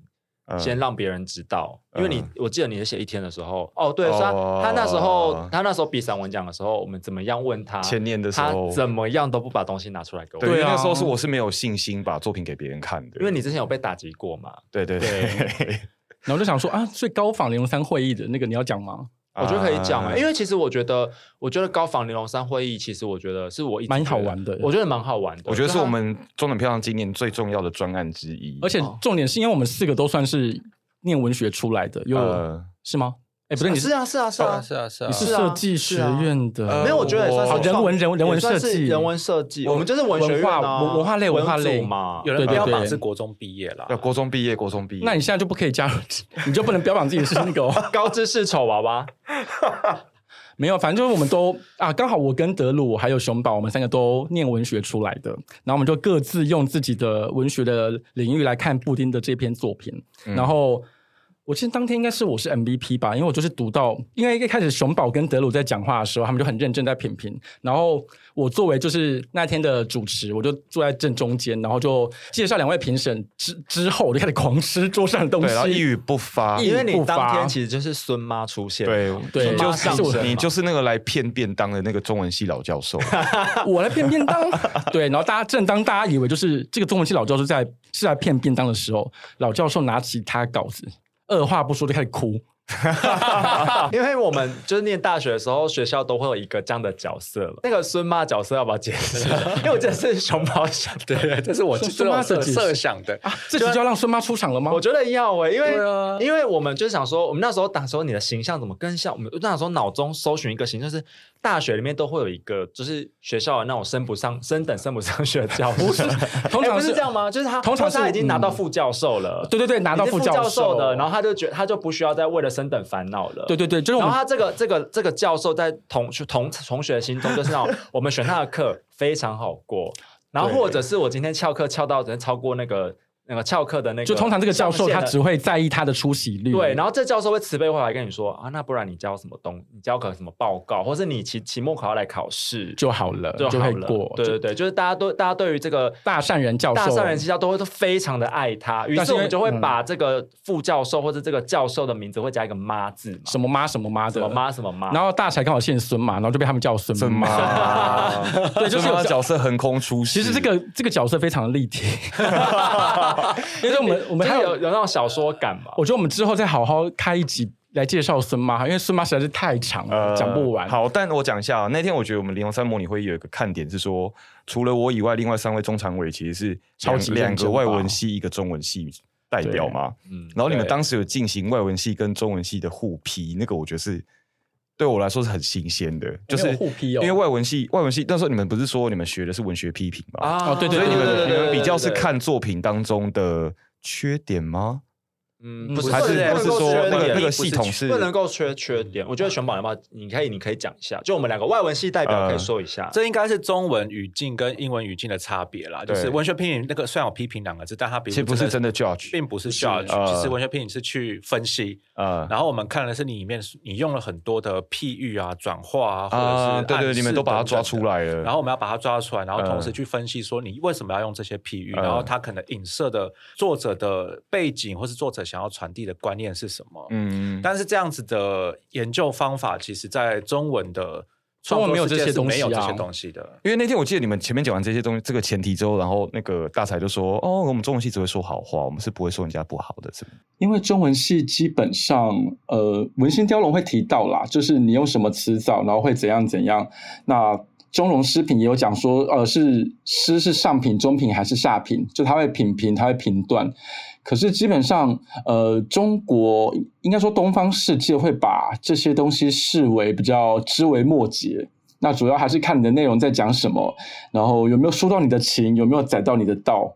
[SPEAKER 1] 先让别人知道，
[SPEAKER 3] 嗯、
[SPEAKER 1] 因为你我记得你是写一天的时候，哦对，所以他、哦、他那时候他那时候比散文奖的时候，我们怎么样问他，
[SPEAKER 3] 前年的时候，
[SPEAKER 1] 他怎么样都不把东西拿出来给我，
[SPEAKER 3] 对，因为那时候是我是没有信心把作品给别人看的，
[SPEAKER 1] 因为你之前有被打击过嘛，
[SPEAKER 3] 对对 对, 对，
[SPEAKER 2] 然后就想说啊，所以高仿玲珑三会议的那个你要讲吗？
[SPEAKER 1] 我觉得可以讲、欸啊、因为其实我觉得，我觉得高仿玲珑三会议，其实我觉得是我一直
[SPEAKER 2] 蛮好玩的，
[SPEAKER 1] 我觉得蛮好玩的。
[SPEAKER 3] 我觉得是我们中等漂亮今年最重要的专案之一。
[SPEAKER 2] 而且重点是因为我们四个都算是念文学出来的，有、呃、是吗？哎，不对，你
[SPEAKER 1] 是啊，是啊，是啊，
[SPEAKER 4] 是啊，是啊，
[SPEAKER 2] 你是设计学院的，
[SPEAKER 1] 啊啊呃、没有，我觉得也算是
[SPEAKER 2] 人文人文人文设计，
[SPEAKER 1] 人文设计，我们就是文学院啊，
[SPEAKER 2] 文文化类文化类
[SPEAKER 1] 嘛。
[SPEAKER 4] 有人标榜是国中毕业啦，
[SPEAKER 3] 对，国中毕业，国中毕业。
[SPEAKER 2] 那你现在就不可以加入，你就不能标榜自己是那个、哦、
[SPEAKER 1] 高知识丑娃娃。
[SPEAKER 2] 没有，反正就是我们都啊，刚好我跟德鲁还有熊宝，我们三个都念文学出来的，然后我们就各自用自己的文学的领域来看布丁的这篇作品，嗯、然后。我记得当天应该是我是 M V P 吧，因为我就是读到，因为一开始熊宝跟德鲁在讲话的时候，他们就很认真在品评，然后我作为就是那天的主持，我就坐在正中间，然后就介绍两位评审之之后，我就开始狂吃桌上的东西，
[SPEAKER 3] 对，然后一语不发，
[SPEAKER 1] 因为你当天其实就是孙妈出现，
[SPEAKER 3] 对
[SPEAKER 2] 对，
[SPEAKER 3] 你就是你就是那个来骗便当的那个中文系老教授，
[SPEAKER 2] 我来骗便当，对，然后大家正当大家以为就是这个中文系老教授在是来骗便当的时候，老教授拿起他稿子。二话不说就开始哭
[SPEAKER 1] 因为我们就是念大学的时候，学校都会有一个这样的角色了。那个孙妈角色要不要解释？因为我这是熊宝想的，
[SPEAKER 4] 对，这是我孙妈的设想的
[SPEAKER 2] 啊。这集就要让孙妈出场了吗？
[SPEAKER 1] 我觉得要哎、欸，因为、啊、因为我们就想说，我们那时候打说你的形象怎么更像？我们那时候脑中搜寻一个形象，就是大学里面都会有一个，就是学校的那种升不上、升等升不上去的教授。
[SPEAKER 2] 不是，通常
[SPEAKER 1] 是、欸、不是这样吗？就是他
[SPEAKER 2] 通常是
[SPEAKER 1] 他已经拿到副教授了，
[SPEAKER 2] 嗯、对对对，拿到副教 授,
[SPEAKER 1] 教授的，然后他就觉得他就不需要再为了升等烦恼了。
[SPEAKER 2] 对对对，就是
[SPEAKER 1] 然后他这个这个这个教授在同同同学心中就是那种我们选他的课非常好过，然后或者是我今天翘课翘到人超过那个那个翘课的那个，
[SPEAKER 2] 就通常这个教授他只会在意他的出席率，
[SPEAKER 1] 对，然后这教授会慈悲回来跟你说啊，那不然你交什么东，你交个什么报告，或是你期期末考要来考试
[SPEAKER 2] 就好了，
[SPEAKER 1] 就好了，
[SPEAKER 2] 过。
[SPEAKER 1] 对对对，就是大家都大家对于这个
[SPEAKER 2] 大善人教授、
[SPEAKER 1] 大善人教授都会都非常的爱他，于是我们就会把这个副教授或者这个教授的名字会加一个妈字嘛，
[SPEAKER 2] 什么妈什么妈的，
[SPEAKER 1] 什么妈什么妈，
[SPEAKER 2] 然后大才刚好姓孙嘛，然后就被他们叫孙
[SPEAKER 3] 妈，
[SPEAKER 2] 对，就是有
[SPEAKER 3] 角色横空出世。
[SPEAKER 2] 其实这个这个角色非常的立体，因为我们。我们还
[SPEAKER 1] 有有那种小说感嘛？
[SPEAKER 2] 我觉得我们之后再好好开一集来介绍孙妈，因为孙妈实在是太长了，讲、呃、不完。
[SPEAKER 3] 好，但我讲一下，那天我觉得我们玲珑三模拟会议有一个看点是说，除了我以外，另外三位中常委其实是
[SPEAKER 2] 超级
[SPEAKER 3] 两个外文系，一个中文系代表嘛。嗯，然后你们当时有进行外文系跟中文系的互批，那个我觉得是。对我来说是很新鲜的，就是
[SPEAKER 2] 互批哦，
[SPEAKER 3] 因为外文系，外文系那时候你们不是说你们学的是文学批评吗？
[SPEAKER 2] 啊，对对，
[SPEAKER 3] 所以你们你们比较是看作品当中的缺点吗？
[SPEAKER 1] 嗯，
[SPEAKER 3] 不是，还是不是说那个那个系统是
[SPEAKER 1] 不能够缺缺点？我觉得熊宝要不要？你可以你可以讲一下，就我们两个外文系代表可以说一下，
[SPEAKER 4] 呃、这应该是中文语境跟英文语境的差别啦。就是文学批评那个虽然有批评两个字，但它
[SPEAKER 3] 其实不是真的 judge，
[SPEAKER 4] 并不是 judge，、呃、其实文学批评是去分析。呃，然后我们看的是你里面你用了很多的譬喻啊、转化啊，或者是暗示
[SPEAKER 3] 对对，你们都把它抓出来了。
[SPEAKER 4] 然后我们要把它抓出来，然后同时去分析说你为什么要用这些譬喻，呃、然后它可能影射的作者的背景，或是作者想要传递的观念是什么。嗯，但是这样子的研究方法，其实在中文的
[SPEAKER 2] 中文没有这些东西、啊，
[SPEAKER 4] 没有这些东西的。
[SPEAKER 3] 因为那天我记得你们前面讲完这些东西，这个前提之后，然后那个大才就说：“哦，我们中文系只会说好话，我们是不会说人家不好的。”是吗？
[SPEAKER 5] 因为中文系基本上，呃，文心雕龙会提到啦，就是你用什么词藻，然后会怎样怎样。那中庸诗品也有讲说，呃，是诗是上品、中品还是下品，就他会品评，他会评断。可是基本上，呃，中国应该说东方世界会把这些东西视为比较枝微末节。那主要还是看你的内容在讲什么，然后有没有说到你的情，有没有载到你的道。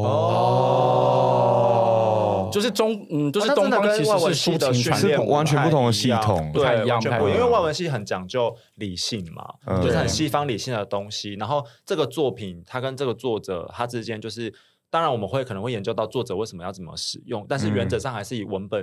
[SPEAKER 2] 哦，就是中嗯，就是东方其实是抒情传
[SPEAKER 3] 是完全不同的系统，
[SPEAKER 1] 对，
[SPEAKER 2] 不太一样，
[SPEAKER 1] 完全不一样。因为外文系很讲究理性嘛，嗯、就是很西方理性的东西。然后这个作品，它跟这个作者他之间就是。当然，我们会可能会研究到作者为什么要怎么使用，但是原则上还是以文本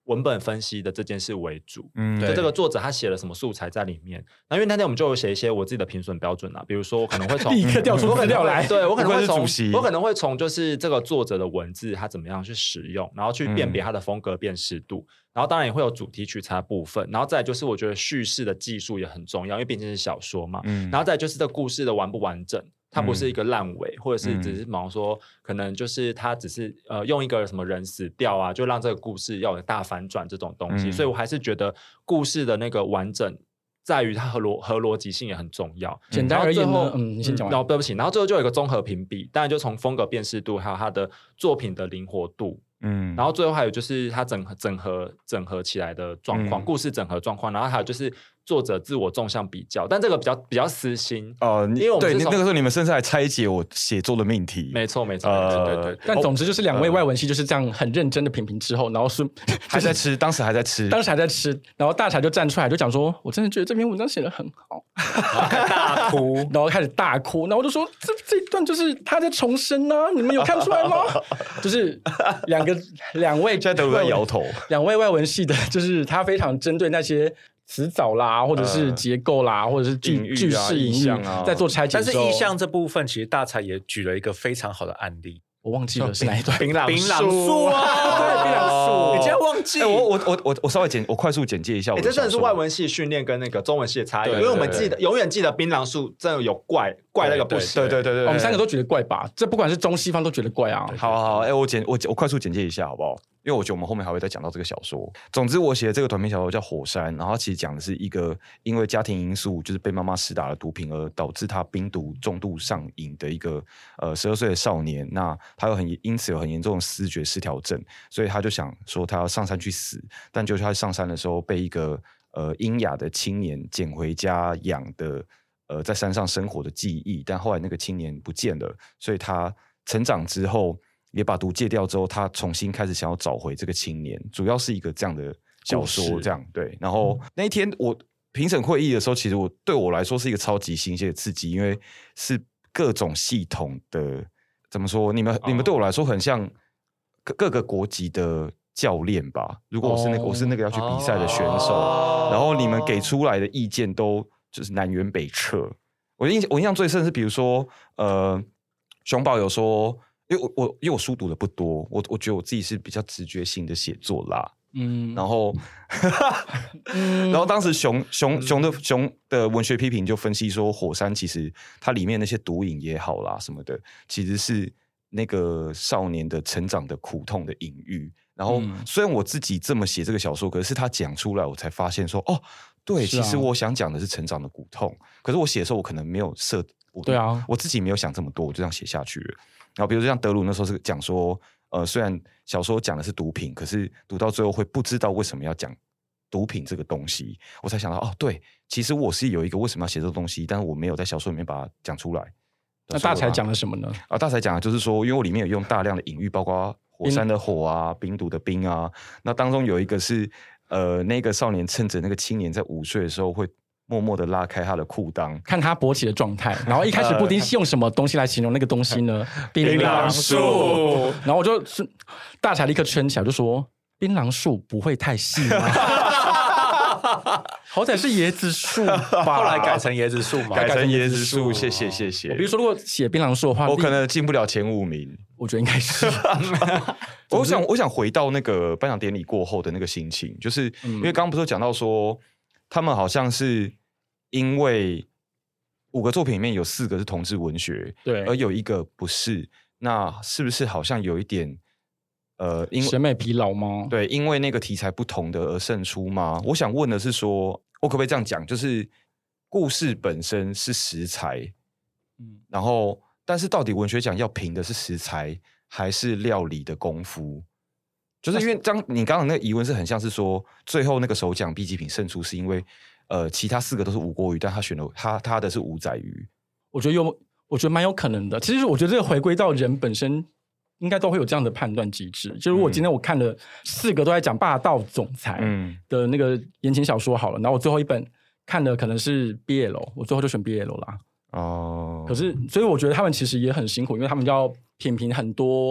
[SPEAKER 1] 文本分析的这件事为主，
[SPEAKER 3] 嗯，
[SPEAKER 1] 就这个作者他写了什么素材在里面。那因为那天我们就有写一些我自己的评审标准啊，比如说我可能会从
[SPEAKER 2] 立刻调出资料来，
[SPEAKER 1] 对我可能会从我可
[SPEAKER 3] 能
[SPEAKER 1] 能会从就是这个作者的文字他怎么样去使用，然后去辨别他的风格辨识度，嗯、然后当然也会有主题取材部分，然后再来就是我觉得叙事的技术也很重要，因为毕竟是小说嘛，嗯、然后再来就是这个故事的完不完整。它不是一个烂尾，嗯、或者是只是比方说，可能就是他只是呃用一个什么人死掉啊，就让这个故事要有大反转这种东西，嗯、所以我还是觉得故事的那个完整在于它和逻和逻辑性也很重要。
[SPEAKER 2] 简单而言呢，嗯，你先讲完。
[SPEAKER 1] 然后对不起，然后最后就有一个综合评比，当然就从风格辨识度，还有它的作品的灵活度。嗯，然后最后还有就是它整合整合整合起来的状况，嗯、故事整合状况，然后还有就是作者自我纵向比较，但这个比较比较私心
[SPEAKER 3] 哦、呃，
[SPEAKER 1] 因为我们
[SPEAKER 3] 对那个时候你们甚至还拆解我写作的命题，
[SPEAKER 1] 没错没错，呃、对, 对对对。
[SPEAKER 2] 但总之就是两位外文系就是这样很认真的评评之后，然后是、就是、
[SPEAKER 3] 还在吃，当时还在吃，
[SPEAKER 2] 当时还在吃，然后大柴就站出来就讲说，我真的觉得这篇文章写得很好，
[SPEAKER 4] 大哭，
[SPEAKER 2] 然后开始大哭，然后我就说这这一段就是他在重生啊，你们有看出来吗？就是两个两位。
[SPEAKER 3] 现在德鲁在摇头。
[SPEAKER 2] 两位外文系的，就是他非常针对那些词藻啦，或者是结构啦，呃、或者是句句式隐喻啊，在做拆解。
[SPEAKER 4] 但是意象这部分，其实大柴也举了一个非常好的案例。
[SPEAKER 2] 我忘记了是哪一段，
[SPEAKER 4] 槟榔树啊，
[SPEAKER 2] 对，槟榔树，
[SPEAKER 4] 你竟然忘记？
[SPEAKER 3] 欸、我我我我我稍微简，我快速简介一下我的。
[SPEAKER 1] 欸、这真的是外文系训练跟那个中文系的差异，因为我们记得永远记得槟�榔树真的有怪怪那个不行。
[SPEAKER 3] 对对对 对, 对，
[SPEAKER 2] 我们三个都觉得怪吧？这不管是中西方都觉得怪啊。
[SPEAKER 3] 好好好，哎、欸，我简我我快速简介一下好不好？因为我觉得我们后面还会再讲到这个小说。总之，我写的这个短篇小说叫《火山》，然后其实讲的是一个因为家庭因素，就是被妈妈施打了毒品，而导致他冰毒重度上瘾的一个呃十二岁的少年。那他有很因此有很严重的思觉失调症，所以他就想说他要上山去死，但就是他上山的时候被一个呃英雅的青年捡回家养的呃在山上生活的记忆，但后来那个青年不见了，所以他成长之后。也把毒戒掉之后，他重新开始想要找回这个青年，主要是一个这样的小说，这样对。然后、嗯、那一天我评审会议的时候，其实我对我来说是一个超级新鲜的刺激，因为是各种系统的怎么说？你们、哦、你们对我来说很像各各个国籍的教练吧？如果我是那个、哦、我是那个要去比赛的选手、哦，然后你们给出来的意见都就是南辕北辙。我印我印象最深的是，比如说呃，熊宝有说。因为我我因为我书读的不多，我我觉得我自己是比较直觉性的写作啦，嗯，然后，嗯、然后当时熊熊熊的熊的文学批评就分析说，火山其实它里面那些毒瘾也好啦什么的，其实是那个少年的成长的苦痛的隐喻。然后、嗯、虽然我自己这么写这个小说，可是他讲出来，我才发现说，哦，对，啊、其实我想讲的是成长的苦痛，可是我写的时候，我可能没有设，
[SPEAKER 2] 对啊，
[SPEAKER 3] 我自己没有想这么多，我就这样写下去了。然后比如说像德鲁那时候是讲说，呃，虽然小说讲的是毒品，可是读到最后会不知道为什么要讲毒品这个东西，我才想到哦，对，其实我是有一个为什么要写这个东西，但是我没有在小说里面把它讲出来。
[SPEAKER 2] 那大柴讲了什么呢？
[SPEAKER 3] 啊，大柴讲的就是说，因为我里面有用大量的隐喻，包括火山的火啊、冰毒的冰啊，那当中有一个是呃，那个少年趁着那个青年在午睡的时候会。默默的拉开他的裤裆，
[SPEAKER 2] 看他勃起的状态。然后一开始布丁是用什么东西来形容那个东西呢？槟榔树。然后我就是大柴立刻圈起来，就说：“槟榔树不会太细吗？好歹是椰子树吧。”
[SPEAKER 4] 后来改成椰子树嘛，
[SPEAKER 3] 改成椰子树。谢谢谢谢。
[SPEAKER 2] 我比如说，如果写槟榔树的话，
[SPEAKER 3] 我可能进不了前五名。
[SPEAKER 2] 我觉得应该是。
[SPEAKER 3] 我想，我想回到那个颁奖典礼过后的那个心情，就是因为刚刚不是有讲到说。他们好像是因为五个作品里面有四个是同志文学，
[SPEAKER 2] 对，
[SPEAKER 3] 而有一个不是，那是不是好像有一点呃，因为
[SPEAKER 2] 审美疲劳吗？
[SPEAKER 3] 对，因为那个题材不同的而胜出吗？我想问的是说，我可不可以这样讲？就是故事本身是食材，嗯，然后但是到底文学奖要评的是食材还是料理的功夫？就是因为刚你刚刚那个疑问是很像是说，最后那个首奖 B 级品胜出是因为呃其他四个都是无锅鱼，但他选了他他的是五仔鱼。
[SPEAKER 2] 我觉得有，我觉得蛮有可能的。其实我觉得这个回归到人本身，应该都会有这样的判断机制。就如果今天我看了四个都在讲霸道总裁的那个言情小说好了，然后我最后一本看的可能是 B L， 我最后就选 B L 啦。哦，可是所以我觉得他们其实也很辛苦，因为他们要品评很多。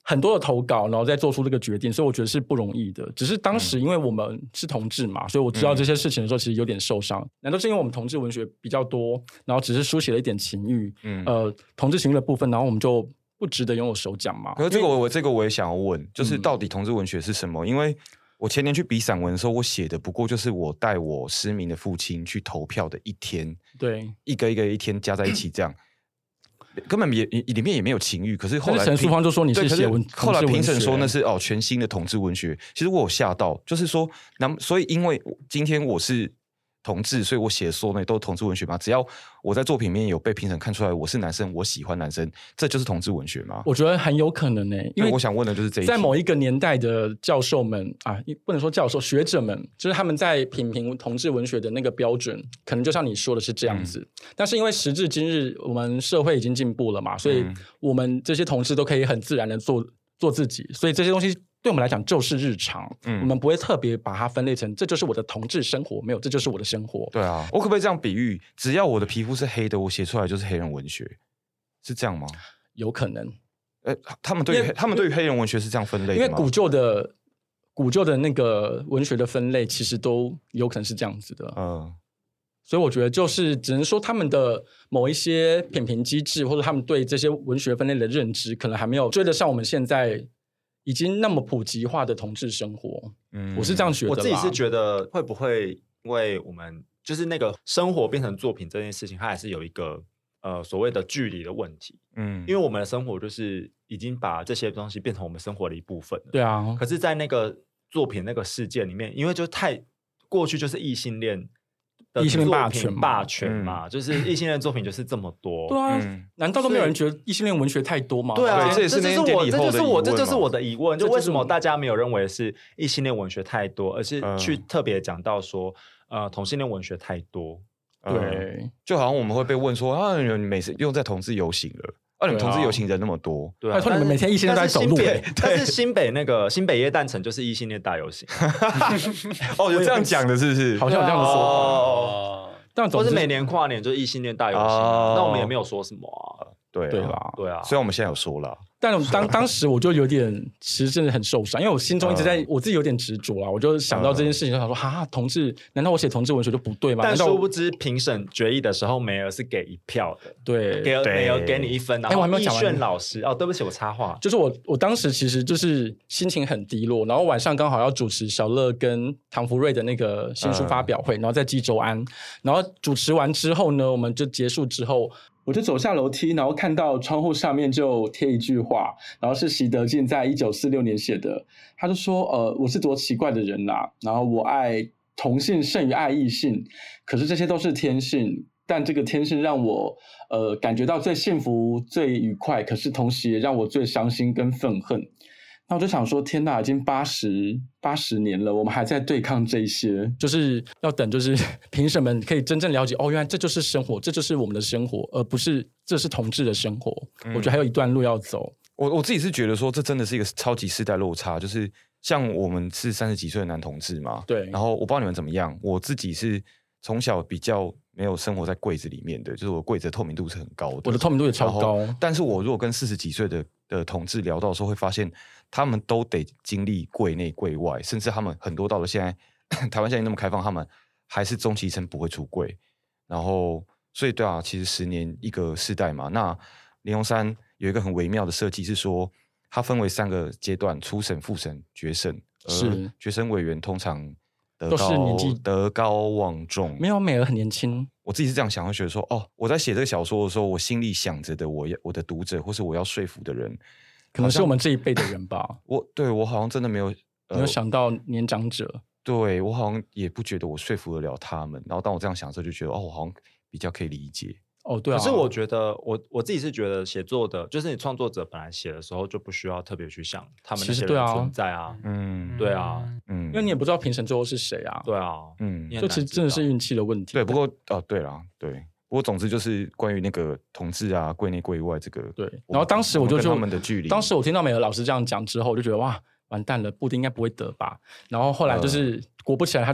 [SPEAKER 2] 很多的投稿，然后再做出这个决定，所以我觉得是不容易的。只是当时因为我们是同志嘛，嗯、所以我知道这些事情的时候，其实有点受伤。难道是因为我们同志文学比较多，然后只是书写了一点情欲，嗯、呃，同志情欲的部分，然后我们就不值得拥有首奖嘛？
[SPEAKER 3] 可是这个我这个我也想要问，就是到底同志文学是什么？嗯、因为我前年去比散文的时候，我写的不过就是我带我失明的父亲去投票的一天，
[SPEAKER 2] 对，
[SPEAKER 3] 一个一个一天加在一起这样。根本也里面也没有情欲，可是后来
[SPEAKER 2] 陈淑芳就说你是写文，
[SPEAKER 3] 后来评审说那是哦全新的同志文学。其实我有吓到，就是说，那所以因为今天我是同志，所以我写的所有那都是同志文学嘛。只要我在作品里面有被评审看出来我是男生，我喜欢男生，这就是同志文学吗？
[SPEAKER 2] 我觉得很有可能呢、欸，因为
[SPEAKER 3] 我想问的就是这一题，
[SPEAKER 2] 在某一个年代的教授们啊，不能说教授，学者们，就是他们在品评同志文学的那个标准，可能就像你说的是这样子。嗯、但是因为时至今日，我们社会已经进步了嘛，所以我们这些同志都可以很自然的做做自己，所以这些东西对我们来讲就是日常，嗯、我们不会特别把它分类成这就是我的同志生活，没有，这就是我的生活。
[SPEAKER 3] 对啊，我可不可以这样比喻？只要我的皮肤是黑的，我写出来就是黑人文学，是这样吗？
[SPEAKER 2] 有可能。
[SPEAKER 3] 呃，他们对于他们对于黑人文学是这样分类的吗？
[SPEAKER 2] 因为古旧的古旧的那个文学的分类，其实都有可能是这样子的。嗯。所以我觉得就是只能说他们的某一些品评机制，或者他们对这些文学分类的认知，可能还没有追得上我们现在已经那么普及化的同志生活。嗯，我是这样觉得啦。
[SPEAKER 1] 我自己是觉得会不会因为我们就是那个生活变成作品这件事情，它还是有一个呃所谓的距离的问题。嗯，因为我们的生活就是已经把这些东西变成我们生活的一部分了。
[SPEAKER 2] 对啊。
[SPEAKER 1] 可是在那个作品那个事件里面，因为就太过去就是异性恋
[SPEAKER 2] 异性恋霸权
[SPEAKER 1] 霸权嘛，嗯、就是异性恋作品就是这么多。
[SPEAKER 2] 对啊，嗯、难道都没有人觉得异性恋文学太多吗？
[SPEAKER 1] 对啊，
[SPEAKER 3] 这也是那天以后的疑问嘛。
[SPEAKER 1] 这就是我，这就是我的疑问，就为什么大家没有认为是异性恋文学太多，而是去特别讲到说，呃，同性恋文学太多。
[SPEAKER 2] 对，
[SPEAKER 3] 嗯、就好像我们会被问说啊，你每次用在同志游行了。啊！你们同志游行人那么多，
[SPEAKER 2] 对啊，拜托你们每天异性恋都在走路。
[SPEAKER 1] 但是新北那个新北耶诞城就是异性恋大游行。
[SPEAKER 3] 哦，有这样讲的，是不是？
[SPEAKER 2] 好像有这样说。哦，
[SPEAKER 1] 但或是每年跨年就是异性恋大游行，啊，那我们也没有说什么啊。
[SPEAKER 3] 对
[SPEAKER 2] 对啦，
[SPEAKER 1] 对啊。
[SPEAKER 3] 虽然我们现在有说了，
[SPEAKER 2] 但当当时我就有点，其实真的很受伤，因为我心中一直在，我自己有点执着啊。我就想到这件事情，就想说，哈，同志，难道我写同志文学就不对吗？
[SPEAKER 1] 但殊不知评审决议的时候，梅尔是给一票的，
[SPEAKER 2] 对，
[SPEAKER 1] 给梅尔给你一分。然后易炫老师，哦，对不起，我插话，
[SPEAKER 2] 就是我我当时其实就是心情很低落，然后晚上刚好要主持小乐跟唐福瑞的那个新书发表会，然后在济州安，然后主持完之后呢，我们就结束之后。我就走下楼梯，然后看到窗户上面就贴一句话，然后是习得进在一九四六年写的。他就说：“呃，我是多奇怪的人啦，然后我爱同性胜于爱异性，可是这些都是天性，但这个天性让我呃感觉到最幸福、最愉快，可是同时也让我最伤心跟愤恨。”那我就想说，天哪，已经八十八十年了，我们还在对抗这些，就是要等，就是评审们可以真正了解，哦，原来这就是生活，这就是我们的生活，而不是这是同志的生活。嗯、我觉得还有一段路要走。
[SPEAKER 3] 我我自己是觉得说，这真的是一个超级世代落差，就是像我们是三十几岁的男同志嘛，
[SPEAKER 2] 对。
[SPEAKER 3] 然后我不知道你们怎么样，我自己是从小比较没有生活在柜子里面的，就是我柜子的透明度是很高的，
[SPEAKER 2] 我的透明度也超高。
[SPEAKER 3] 但是我如果跟四十几岁的的同志聊到的时候，会发现他们都得经历柜内柜外，甚至他们很多到了现在台湾现在那么开放，他们还是终其一生不会出柜。然后所以对啊，其实十年一个世代嘛。那林鸿山有一个很微妙的设计是说，它分为三个阶段：初审、复审、决审。
[SPEAKER 2] 是
[SPEAKER 3] 决审委员通常德
[SPEAKER 2] 都是年纪
[SPEAKER 3] 德高望重，
[SPEAKER 2] 没有美儿很年轻。
[SPEAKER 3] 我自己是这样想，会觉得说，哦，我在写这个小说的时候，我心里想着的我，我我的读者或是我要说服的人，
[SPEAKER 2] 可能是我们这一辈的人吧。
[SPEAKER 3] 我对我好像真的没有、
[SPEAKER 2] 呃、没有想到年长者，
[SPEAKER 3] 对我好像也不觉得我说服得了他们。然后当我这样想的时候，就觉得哦，我好像比较可以理解。
[SPEAKER 2] 哦，对啊。
[SPEAKER 1] 可是我觉得，我我自己是觉得，写作的，就是你创作者本来写的时候就不需要特别去想他们那些人存在啊，
[SPEAKER 3] 嗯，
[SPEAKER 1] 对啊，
[SPEAKER 2] 嗯，因为你也不知道评审最后是谁啊，
[SPEAKER 1] 对啊，
[SPEAKER 2] 嗯，就其实真的是运气的问题。
[SPEAKER 3] 对，不过哦，对啦，对，不过总之就是关于那个同志啊，柜内柜外这个，
[SPEAKER 2] 对。然后当时我就
[SPEAKER 3] 跟他们的距离，
[SPEAKER 2] 当时我听到美娥老师这样讲之后，我就觉得哇，完蛋了，布丁应该不会得吧。然后后来就是、呃、果不其然，他就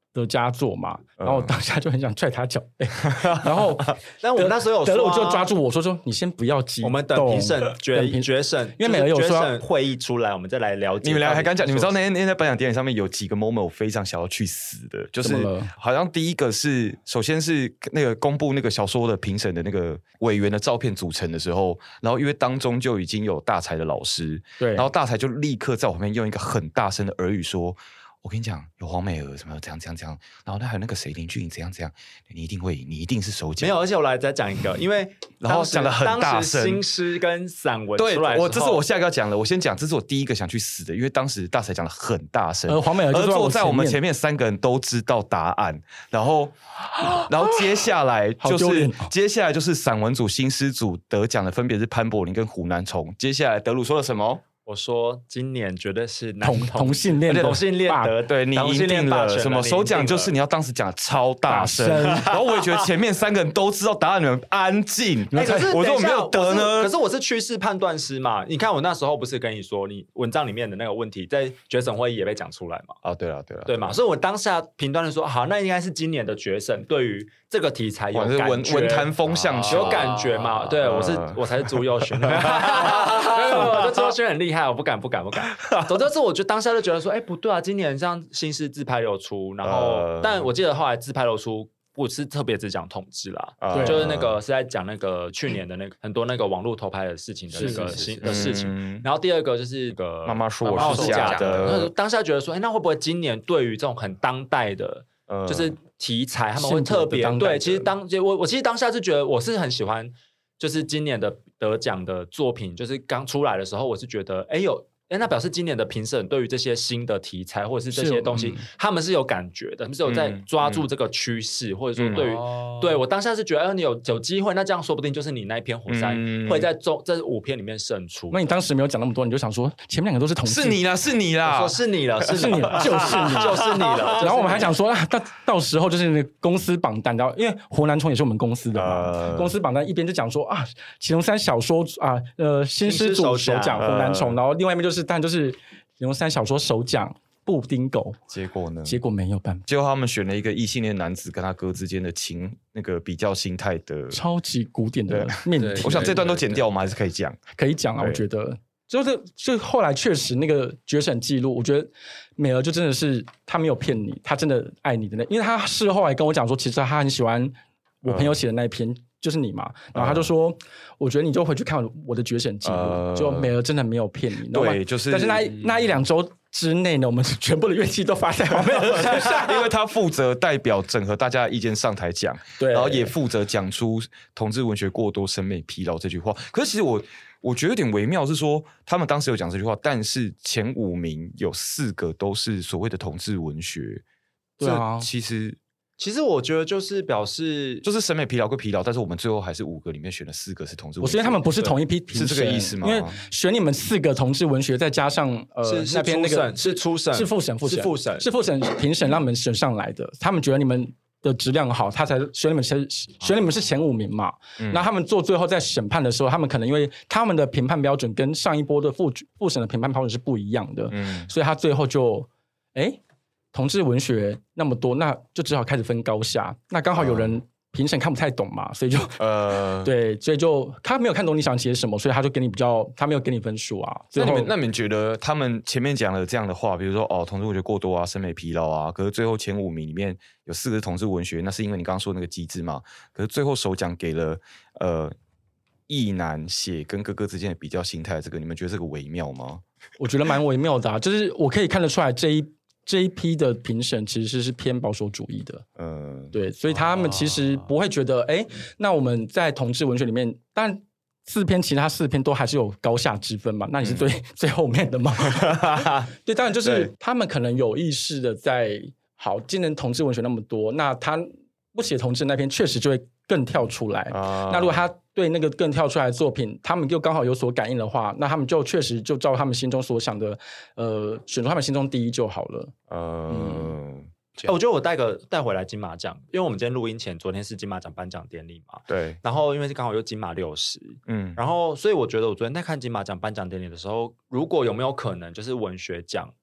[SPEAKER 2] 的佳作嘛，然后我当下就很想踹他脚背，然后
[SPEAKER 1] 但我们那时候有说、啊，
[SPEAKER 2] 德鲁就抓住我说说你先不要激动，
[SPEAKER 1] 我们等评审决决审，
[SPEAKER 2] 因为美儿有说
[SPEAKER 1] 会议出来，我们再来了解。
[SPEAKER 3] 你们俩还敢讲？你们知道那天那天在颁奖典礼上面有几个 moment 我非常想要去死的，就是好像第一个是首先是那个公布那个小说的评审的那个委员的照片组成的时候，然后因为当中就已经有大才的老师，对，然后大才就立刻在我旁边用一个很大声的耳语说。我跟你讲，有黄美娥什么这样这样这样，然后那还有那个谁林俊颖怎样怎样，你一定会赢，你一定是首奖。
[SPEAKER 1] 没有，而且我来再讲一个，因为
[SPEAKER 3] 然后讲的很大声，
[SPEAKER 1] 新诗跟散文出来，
[SPEAKER 3] 对，我这是我下一个要讲的。我先讲，这是我第一个想去死的，因为当时大才讲的很大声，
[SPEAKER 2] 而黄美娥就
[SPEAKER 3] 坐在我们前面，三个人都知道答案，然后，然后接下来就是接下来就是散文组、新诗组得奖的分别是潘柏林跟胡南虫。接下来德鲁说了什么？
[SPEAKER 1] 我说今年绝对是男
[SPEAKER 2] 同同性恋
[SPEAKER 1] 同性恋得
[SPEAKER 3] 对你赢定了什么首奖就是你要当时讲的超大声，然后我也觉得前面三个人都知道答案，你们安静。
[SPEAKER 1] 欸、可是
[SPEAKER 3] 我说我没有得呢，
[SPEAKER 1] 可是我是趋势判断师嘛。你看我那时候不是跟你说，你文章里面的那个问题在决审会议也被讲出来嘛？
[SPEAKER 3] 啊，对了对了，
[SPEAKER 1] 对嘛？所以我当下评断的说，好，那应该是今年的决审对于这个题材有感觉，
[SPEAKER 3] 文坛风向
[SPEAKER 1] 有感觉嘛？对，我是我才是朱佑勋，我觉得朱佑勋很厉害，我不敢不敢不敢。总之是我就当下就觉得说，哎、欸，不对啊，今年像新诗自拍流出，然后、呃、但我记得后来自拍流出不是特别只讲统治啦，呃、就是那个是在讲那个去年的那个很多那个网络偷拍的事情的那个新的事情、嗯。然后第二个就是那个
[SPEAKER 3] 妈妈说我是假的，
[SPEAKER 1] 当下觉得说，哎、欸，那会不会今年对于这种很当代的，呃、就是题材他们会特别对？其实当我我其实当下是觉得我是很喜欢，就是今年的得奖的作品，就是刚出来的时候，我是觉得，哎、欸、有。哎，那表示今年的评审对于这些新的题材或者是这些东西，嗯、他们是有感觉的，他们是有在抓住这个趋势，嗯、或者说对于、嗯、对我当下是觉得，哎，你有有机会，那这样说不定就是你那一篇火山、嗯、会在中这五篇里面胜出。
[SPEAKER 2] 那你当时没有讲那么多，你就想说前面两个都是同志，
[SPEAKER 3] 是你啦，是你啦，
[SPEAKER 1] 我说是你了，
[SPEAKER 2] 是你了，就是你，
[SPEAKER 1] 就是你了。
[SPEAKER 2] 然后我们还想说，啊，到到时候就是那个公司榜单，然后因为胡南冲也是我们公司的嘛，呃、公司榜单一边就讲说啊，祁隆山小说啊，呃，新诗组首奖胡南冲，然后另外一边就是当然就是。祁隆山小说首奖布丁狗，
[SPEAKER 3] 结果呢？
[SPEAKER 2] 结果没有办法，
[SPEAKER 3] 结果他们选了一个异性恋男子跟他哥之间的情那个比较心态的
[SPEAKER 2] 超级古典的命题。
[SPEAKER 3] 我想这段都剪掉，我们还是可以讲，
[SPEAKER 2] 可以讲啊。我觉得就是就后来确实那个决审记录，我觉得美儿就真的是他没有骗你，他真的爱你的那，因为他事后来跟我讲说，其实他很喜欢我朋友写的那一篇。嗯就是你嘛，然后他就说，呃、我觉得你就回去看我的决审记录，呃、就美儿真的没有骗你。
[SPEAKER 3] 对，就是，
[SPEAKER 2] 但是那那一两周之内呢，我们全部的怨气都发在黄美儿身上，
[SPEAKER 3] 因为他负责代表整合大家的意见上台讲，对，然后也负责讲出同志文学过多审美疲劳这句话。可是其实我我觉得有点微妙，是说他们当时有讲这句话，但是前五名有四个都是所谓的同志文学，
[SPEAKER 2] 对啊，
[SPEAKER 3] 其实。
[SPEAKER 1] 其实我觉得就是表示，
[SPEAKER 3] 就是审美疲劳归疲劳，但是我们最后还是五个里面选了四个是同志文学。
[SPEAKER 2] 我觉得他们不是同一批评审，
[SPEAKER 3] 是这个意思吗？
[SPEAKER 2] 因为选你们四个同志文学，再加上呃
[SPEAKER 1] 是
[SPEAKER 2] 那边那个
[SPEAKER 1] 是初审，
[SPEAKER 2] 是复审，复审
[SPEAKER 1] 是复审，
[SPEAKER 2] 是复审评审让你们选上来的。他们觉得你们的质量好，他才选你们选选你们是前五名嘛。嗯、那他们做最后在审判的时候，他们可能因为他们的评判标准跟上一波的复复审的评判标准是不一样的，嗯、所以他最后就哎。同志文学那么多，那就只好开始分高下。那刚好有人评审看不太懂嘛，所以就呃，对，所以就他没有看懂你想写什么，所以他就给你比较，他没有给你分数啊。
[SPEAKER 3] 那你们那你们觉得他们前面讲了这样的话，比如说哦，同志文学过多啊，审美疲劳啊，可是最后前五名里面有四个是同志文学，那是因为你刚刚说那个机制嘛？可是最后首奖给了呃异男写跟哥哥之间的比较心态，这个你们觉得这个微妙吗？
[SPEAKER 2] 我觉得蛮微妙的啊，就是我可以看得出来这一。这一批的评审其实是偏保守主义的，嗯，对，所以他们其实不会觉得，哎、欸，那我们在同志文学里面，但四篇其他四篇都还是有高下之分嘛，那你是最、嗯、最后面的嘛？对，当然就是他们可能有意识的在，好，今年同志文学那么多，那他不写同志那篇确实就会更跳出来，啊、那如果他对那个更跳出来的作品，他们又刚好有所感应的话，那他们就确实就照他们心中所想的，呃，选出他们心中第一就好了。呃、
[SPEAKER 1] 嗯，我觉得我带个带回来金马奖，因为我们今天录音前，昨天是金马奖颁奖典礼嘛，
[SPEAKER 3] 对。
[SPEAKER 1] 然后因为刚好又金马六十，嗯，然后所以我觉得我昨天在看金马奖颁奖典礼的时候，如果有没有可能就是文学奖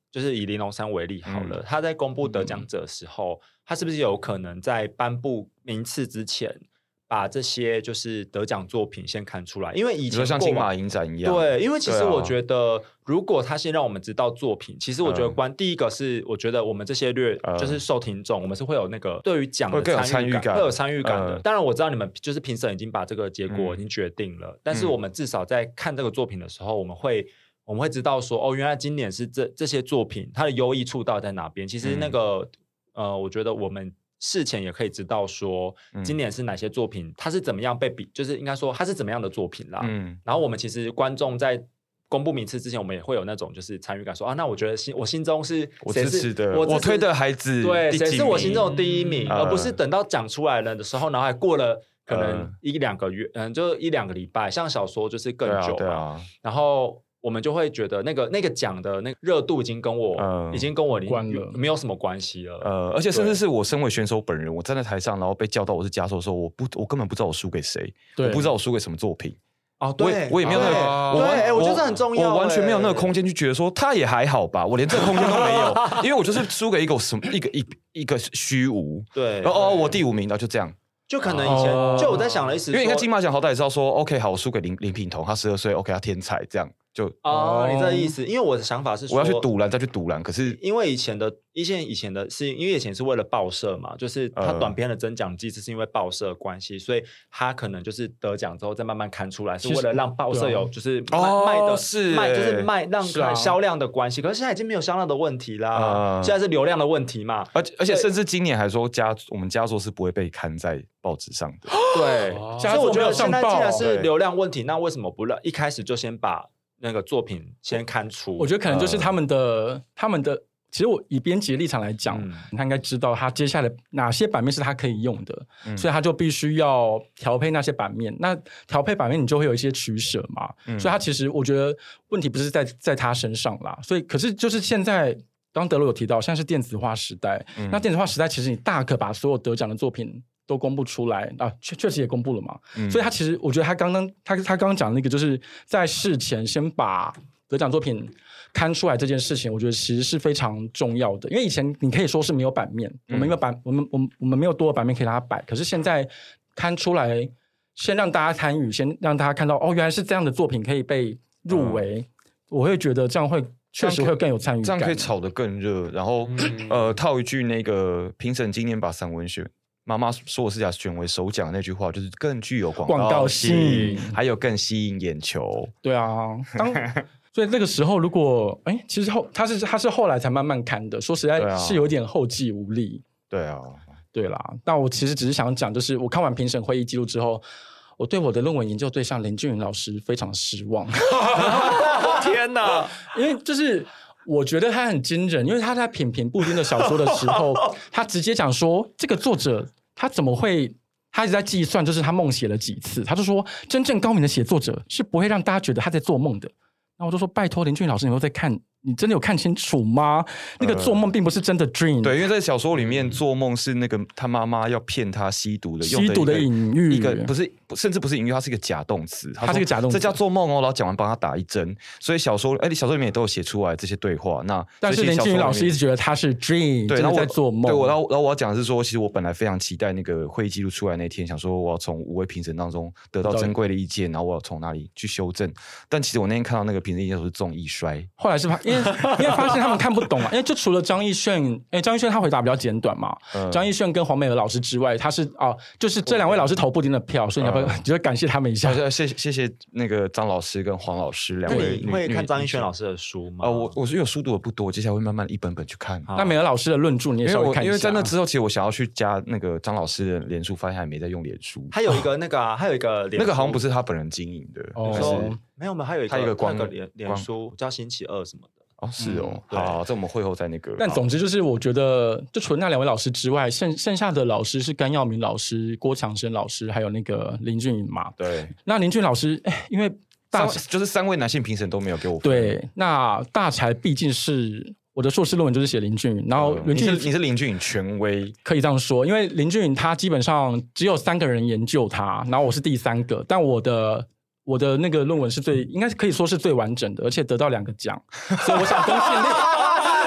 [SPEAKER 1] 就是以林龙山为例好了，嗯、他在公布得奖者的时候，嗯、他是不是有可能在颁布名次之前，把这些就是得奖作品先看出来？因为以前
[SPEAKER 3] 像金马影展一样，
[SPEAKER 1] 对，因为其实我觉得，如果他先让我们知道作品，其实我觉得关、嗯、第一个是，我觉得我们这些略、嗯、就是受听众，我们是会有那个对于奖的参与感，会有参与感的。嗯、当然我知道你们就是评审已经把这个结果已经决定了，嗯、但是我们至少在看这个作品的时候，我们会我们会知道说，哦，原来今年是这这些作品它的优异处到底在哪边。其实那个、嗯、呃，我觉得我们事前也可以知道说，今年是哪些作品，它是怎么样被比，就是应该说它是怎么样的作品啦。嗯，然后我们其实观众在公布名次之前，我们也会有那种就是参与感，说啊，那我觉得心我心中是
[SPEAKER 3] 我支持的，
[SPEAKER 1] 我,
[SPEAKER 3] 我推的孩子，
[SPEAKER 1] 对，谁是我心中的第一名，嗯、而不是等到讲出来了的时候，然后还过了可能一两个月，嗯，就一两个礼拜，像小说就是更久嘛，
[SPEAKER 3] 对啊对啊、
[SPEAKER 1] 然后。我们就会觉得那个那个奖的那个热度已经跟我、嗯、已经跟我没有什么关系了。
[SPEAKER 3] 呃，而且甚至是我身为选手本人，我站在台上，然后被叫到我是假手的时候，我不我根本不知道我输给谁，我不知道我输给什么作品。
[SPEAKER 1] 哦，对，
[SPEAKER 3] 我也我也没有那个，
[SPEAKER 1] 哦、
[SPEAKER 3] 我
[SPEAKER 1] 对，我觉得这很重要，
[SPEAKER 3] 我完全没有那个空间去觉得说他也还好吧，我连这个空间都没有，因为我就是输给一个什么一个一一个虚无。
[SPEAKER 1] 对，
[SPEAKER 3] 然后哦，我第五名，然后就这样。
[SPEAKER 1] 就可能以前、哦、就我在想的意思，
[SPEAKER 3] 因为你看金马奖好歹也知道说 ，OK， 好，我输给林林品彤，他十二岁 ，OK， 他天才，这样就
[SPEAKER 1] 哦，你这个意思，因为我的想法是说，
[SPEAKER 3] 我要去赌篮再去赌篮，可是
[SPEAKER 1] 因为以前的一些以前的是因为以前是为了报社嘛，就是他短片的增奖机制是因为报社的关系，呃、所以他可能就是得奖之后再慢慢看出来，是为了让报社有就是卖、
[SPEAKER 3] 哦、
[SPEAKER 1] 卖的
[SPEAKER 3] 是
[SPEAKER 1] 卖就是卖让销量的关系，可是现在已经没有销量的问题啦，呃、现在是流量的问题嘛，
[SPEAKER 3] 而而且甚至今年还说佳我们佳作是不会被刊在报纸上的，
[SPEAKER 1] 对，哦、所以我觉得现在既然是流量问题，那为什么不让一开始就先把那个作品先刊出？
[SPEAKER 2] 我觉得可能就是他们的、呃、他们的，其实我以编辑的立场来讲、嗯，他应该知道他接下来哪些版面是他可以用的，嗯、所以他就必须要调配那些版面。那调配版面你就会有一些取舍嘛，嗯、所以他其实我觉得问题不是在在他身上啦。所以可是就是现在。刚德罗有提到，现在是电子化时代、嗯。那电子化时代，其实你大可把所有得奖的作品都公布出来啊，确确实也公布了嘛。嗯、所以他其实，我觉得他刚刚他他刚刚讲那个，就是在事前先把得奖作品刊出来这件事情，我觉得其实是非常重要的。因为以前你可以说是没有版面，嗯、我们没有版，我们我们我们没有多的版面可以让他摆。可是现在刊出来，先让大家参与，先让大家看到哦，原来是这样的作品可以被入围，嗯、我会觉得这样会。确实会更有参与感，
[SPEAKER 3] 这样可以炒得更热。然后，嗯、呃，套一句那个评审今年把散文选妈妈说我是假选为首奖那句话，就是更具有广告性，还有更吸引眼球。
[SPEAKER 2] 对啊，当所以这个时候如果哎，其实后他是他是后来才慢慢看的，说实在是有点后继无力。
[SPEAKER 3] 对啊，
[SPEAKER 2] 对啦。但我其实只是想讲，就是我看完评审会议记录之后。我对我的论文研究对象林俊云老师非常失望。
[SPEAKER 4] 天哪！
[SPEAKER 2] 因为就是我觉得他很惊人，因为他在品评布丁的小说的时候，他直接讲说这个作者他怎么会，他一直在计算，就是他梦写了几次，他就说真正高明的写作者是不会让大家觉得他在做梦的。然后我就说拜托林俊云老师，你有在看？你真的有看清楚吗？那个做梦并不是真的 dream、呃。
[SPEAKER 3] 对，因为在小说里面，做梦是那个他妈妈要骗他吸毒的，
[SPEAKER 2] 吸毒的隐喻，
[SPEAKER 3] 一个不是，甚至不是隐喻，它是一个假动词。
[SPEAKER 2] 它是个假动词，
[SPEAKER 3] 这叫做梦哦。然后讲完帮他打一针，所以小说，哎，小说里面也都有写出来这些对话。那
[SPEAKER 2] 但是林俊云老师一直觉得他是 dream，
[SPEAKER 3] 对，然后
[SPEAKER 2] 在做梦。
[SPEAKER 3] 对，我然后然后我要讲的是说，其实我本来非常期待那个会议记录出来那天，想说我要从五位评审当中得到珍贵的意见，然后我要从哪里去修正。但其实我那天看到那个评审意见都是重易衰，
[SPEAKER 2] 后来是因为因为发现。他们看不懂啊，因为就除了张艺炫，哎，张艺炫他回答比较简短嘛。嗯、张艺炫跟黄美娥老师之外，他是啊、哦，就是这两位老师投布丁的票，所以你要不要、嗯、就感谢他们一下？
[SPEAKER 3] 谢谢谢那个张老师跟黄老师两位。
[SPEAKER 1] 你会看张艺炫老师的书吗？
[SPEAKER 3] 啊、呃，我我是有书读的不多，接下来会慢慢一本本去看。
[SPEAKER 2] 那美娥老师的论著你也稍微看一下。
[SPEAKER 3] 因为在那之后，其实我想要去加那个张老师的脸书，发现还没在用脸书。
[SPEAKER 1] 他有一个那个、啊，还有一个
[SPEAKER 3] 那个好像不是他本人经营的，
[SPEAKER 2] 哦，
[SPEAKER 3] 是
[SPEAKER 1] 没有没有，还有一个
[SPEAKER 3] 他一个光
[SPEAKER 1] 那个脸脸书叫星期二什么的。
[SPEAKER 3] 哦，是哦，嗯、好，这我们会后在那个。
[SPEAKER 2] 但总之就是，我觉得就除了那两位老师之外，剩剩下的老师是甘耀明老师、郭强生老师，还有那个林俊颖嘛。
[SPEAKER 3] 对，
[SPEAKER 2] 那林俊老师，哎，因为大
[SPEAKER 3] 就是三位男性评审都没有给我分。
[SPEAKER 2] 对，那大才毕竟是我的硕士论文就是写林俊颖，然后林俊颖、
[SPEAKER 3] 呃、你是林俊颖权威，
[SPEAKER 2] 可以这样说，因为林俊颖他基本上只有三个人研究他，然后我是第三个，但我的。我的那个论文是最应该可以说是最完整的，而且得到两个奖，所以我想恭喜你。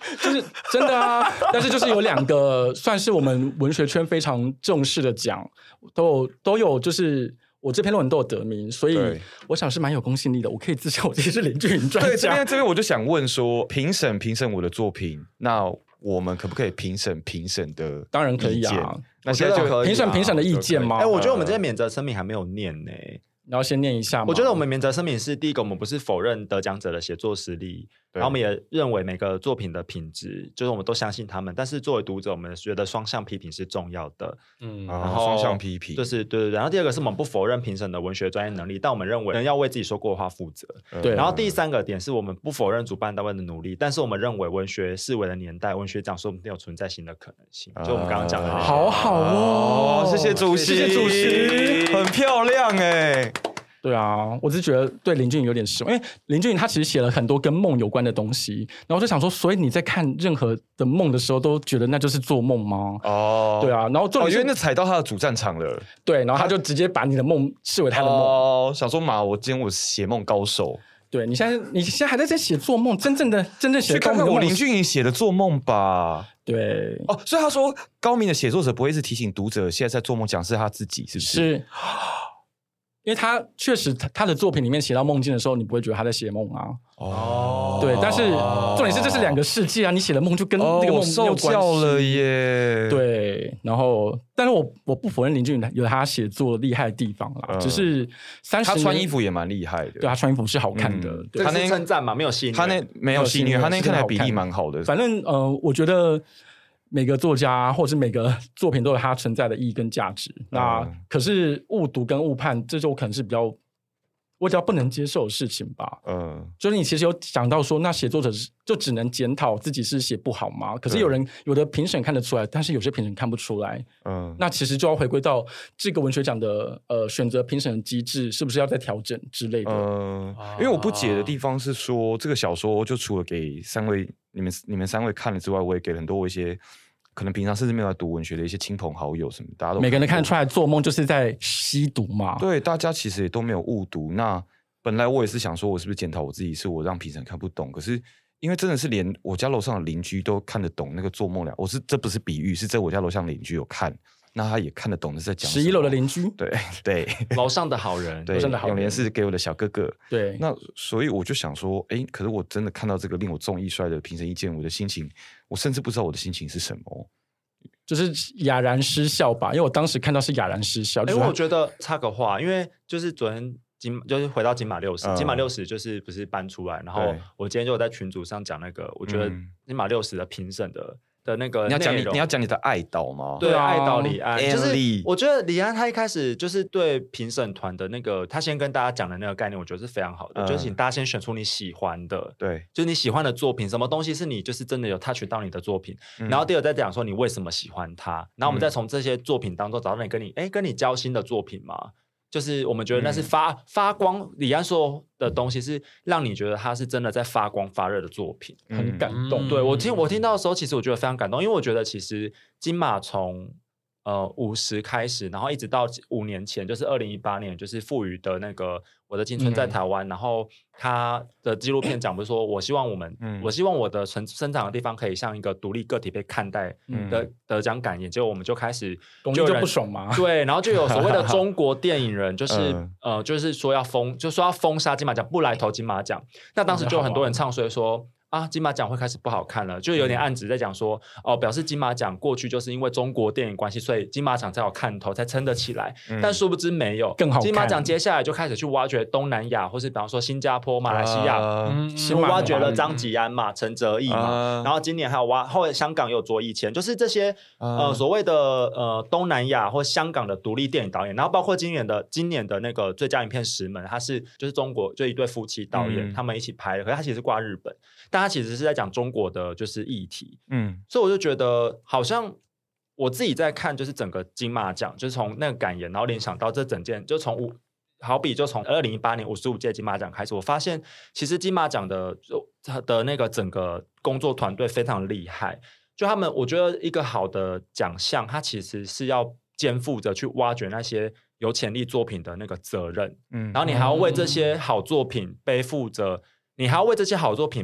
[SPEAKER 2] 就是真的啊。但是就是有两个算是我们文学圈非常重视的奖，都有都有就是我这篇论文都有得名，所以我想是蛮有公信力的。我可以自称我自己是林俊颖专家。
[SPEAKER 3] 对，这边这边我就想问说，评审评审我的作品，那我们可不可以评审评审的？
[SPEAKER 2] 当然可以啊。
[SPEAKER 3] 那现在就
[SPEAKER 2] 评审评审的意见吗？
[SPEAKER 1] 哎，我觉得我们这些免责声明还没有念呢。
[SPEAKER 2] 然后先念一下嘛。
[SPEAKER 1] 我觉得我们免责声明是第一个，我们不是否认得奖者的写作实力，然后我们也认为每个作品的品质，就是我们都相信他们。但是作为读者，我们觉得双向批评是重要的。嗯，然后
[SPEAKER 3] 双向批评
[SPEAKER 1] 就是对对对。然后第二个是我们不否认评审的文学专业能力，但我们认为人要为自己说过的话负责。
[SPEAKER 2] 对。
[SPEAKER 1] 然后第三个点是我们不否认主办单位的努力，但是我们认为文学式微的年代，文学奖说不定有存在新的可能性。就我们刚刚讲的，
[SPEAKER 2] 好好哦，
[SPEAKER 3] 谢谢主席，
[SPEAKER 2] 谢谢主席，
[SPEAKER 3] 很漂亮哎。
[SPEAKER 2] 对啊，我只是觉得对林俊颖有点失望，因为林俊颖他其实写了很多跟梦有关的东西，然后我就想说，所以你在看任何的梦的时候，都觉得那就是做梦吗？哦，对啊，然后重点
[SPEAKER 3] 是、哦、因为那踩到他的主战场了，
[SPEAKER 2] 对，然后他就直接把你的梦视为他的梦，
[SPEAKER 3] 哦，想说嘛，我今天我写梦高手，
[SPEAKER 2] 对你现在你现在还在在写做梦，真正的真正写
[SPEAKER 3] 去看看我林俊颖写的做梦吧。
[SPEAKER 2] 对，
[SPEAKER 3] 哦，所以他说高明的写作者不会是提醒读者现在在做梦，讲是他自己，是不是？
[SPEAKER 2] 是。因为他确实他的作品里面写到梦境的时候，你不会觉得他在写梦啊。哦，对，但是重点是这是两个世界啊，你写的梦就跟那个梦没有关系、哦、受教
[SPEAKER 3] 了耶。
[SPEAKER 2] 对，然后但是我我不否认林俊颖有他写作厉害的地方啦，嗯、只是三十
[SPEAKER 3] 他穿衣服也蛮厉害的，
[SPEAKER 2] 对，他穿衣服是好看的，
[SPEAKER 1] 嗯、他那称赞嘛，没有戏虐，
[SPEAKER 3] 他那没有戏虐，他那看来比例蛮好的。
[SPEAKER 2] 反正呃，我觉得。每个作家或者是每个作品都有它存在的意义跟价值。嗯、那可是误读跟误判，这就可能是比较我比较不能接受的事情吧。嗯，就是你其实有讲到说，那写作者就只能检讨自己是写不好吗？可是有人有的评审看得出来，但是有些评审看不出来。嗯，那其实就要回归到这个文学奖的呃选择评审的机制是不是要再调整之类的。嗯，
[SPEAKER 3] 因为我不解的地方是说，这个小说就除了给三位。你们你们三位看了之外，我也给了很多我一些可能平常甚至没有在读文学的一些亲朋好友什么，大家都
[SPEAKER 2] 每个人看得出来，做梦就是在吸毒嘛。
[SPEAKER 3] 对，大家其实也都没有误读。那本来我也是想说，我是不是检讨我自己，是我让评审看不懂？可是因为真的是连我家楼上的邻居都看得懂那个做梦了，我是这不是比喻，是这我家楼上的邻居有看。那他也看得懂的是在讲
[SPEAKER 2] 十一楼的邻居，
[SPEAKER 3] 对对，
[SPEAKER 1] 楼上的好人，
[SPEAKER 3] 对，永莲是给我的小哥哥，
[SPEAKER 2] 对。
[SPEAKER 3] 那所以我就想说，哎，可是我真的看到这个令我众意衰的评审意见，我的心情，我甚至不知道我的心情是什么，
[SPEAKER 2] 就是哑然失笑吧。因为我当时看到是哑然失笑。
[SPEAKER 1] 因为我觉得插个话，因为就是昨天金就是回到金马六十、嗯，金马六十就是不是搬出来，然后我今天就在群组上讲那个，我觉得金马六十的评审的。的那个
[SPEAKER 3] 你要讲你你要讲你的爱岛吗？
[SPEAKER 1] 对，爱岛李安，就是我觉得李安他一开始就是对评审团的那个，他先跟大家讲的那个概念，我觉得是非常好的，嗯、就是请大家先选出你喜欢的，
[SPEAKER 3] 对，
[SPEAKER 1] 就是你喜欢的作品，什么东西是你就是真的有 touch 到你的作品，嗯、然后第二再讲说你为什么喜欢它，然后我们再从这些作品当中找到你跟你哎跟你交心的作品嘛。就是我们觉得那是发、嗯、发光，李安说的东西是让你觉得他是真的在发光发热的作品，
[SPEAKER 2] 很感动。
[SPEAKER 1] 嗯、对我听我听到的时候，其实我觉得非常感动，因为我觉得其实金马从呃五十开始，然后一直到五年前，就是二零一八年，就是傅予的那个《我的青春在台湾》嗯，然后他的纪录片讲不是说，我希望我们，嗯、我希望我的生生长的地方可以像一个独立个体被看待的得奖感言，结果我们就开始
[SPEAKER 2] 就就不爽嘛，
[SPEAKER 1] 对，然后就有所谓的中国电影人，就是、嗯、呃，就是说要封，就说要封杀金马奖，不来投金马奖。那当时就有很多人唱衰说。啊，金马奖会开始不好看了，就有点暗指在讲说，哦，表示金马奖过去就是因为中国电影关系，所以金马奖才有看头，才撑得起来。嗯、但殊不知没有，
[SPEAKER 2] 更好看。
[SPEAKER 1] 金马奖接下来就开始去挖掘东南亚，或是比方说新加坡、马来西亚，嗯嗯、挖掘了张吉安嘛、陈哲艺嘛，嗯、然后今年还有挖，后来香港有卓一谦，就是这些、嗯、呃所谓的呃东南亚或香港的独立电影导演，然后包括今年的今年的那个最佳影片石门，他是就是中国就一对夫妻导演、嗯、他们一起拍的，可是他其实是挂日本。但他其实是在讲中国的就是议题，嗯，所以我就觉得好像我自己在看就是整个金马奖，就是从那个感言，然后联想到这整件，就从五好比就从二零一八年五十五届金马奖开始，我发现其实金马奖的的那个整个工作团队非常厉害，就他们我觉得一个好的奖项，它其实是要肩负着去挖掘那些有潜力作品的那个责任，嗯，然后你还要为这些好作品背负着。你还要为这些好作品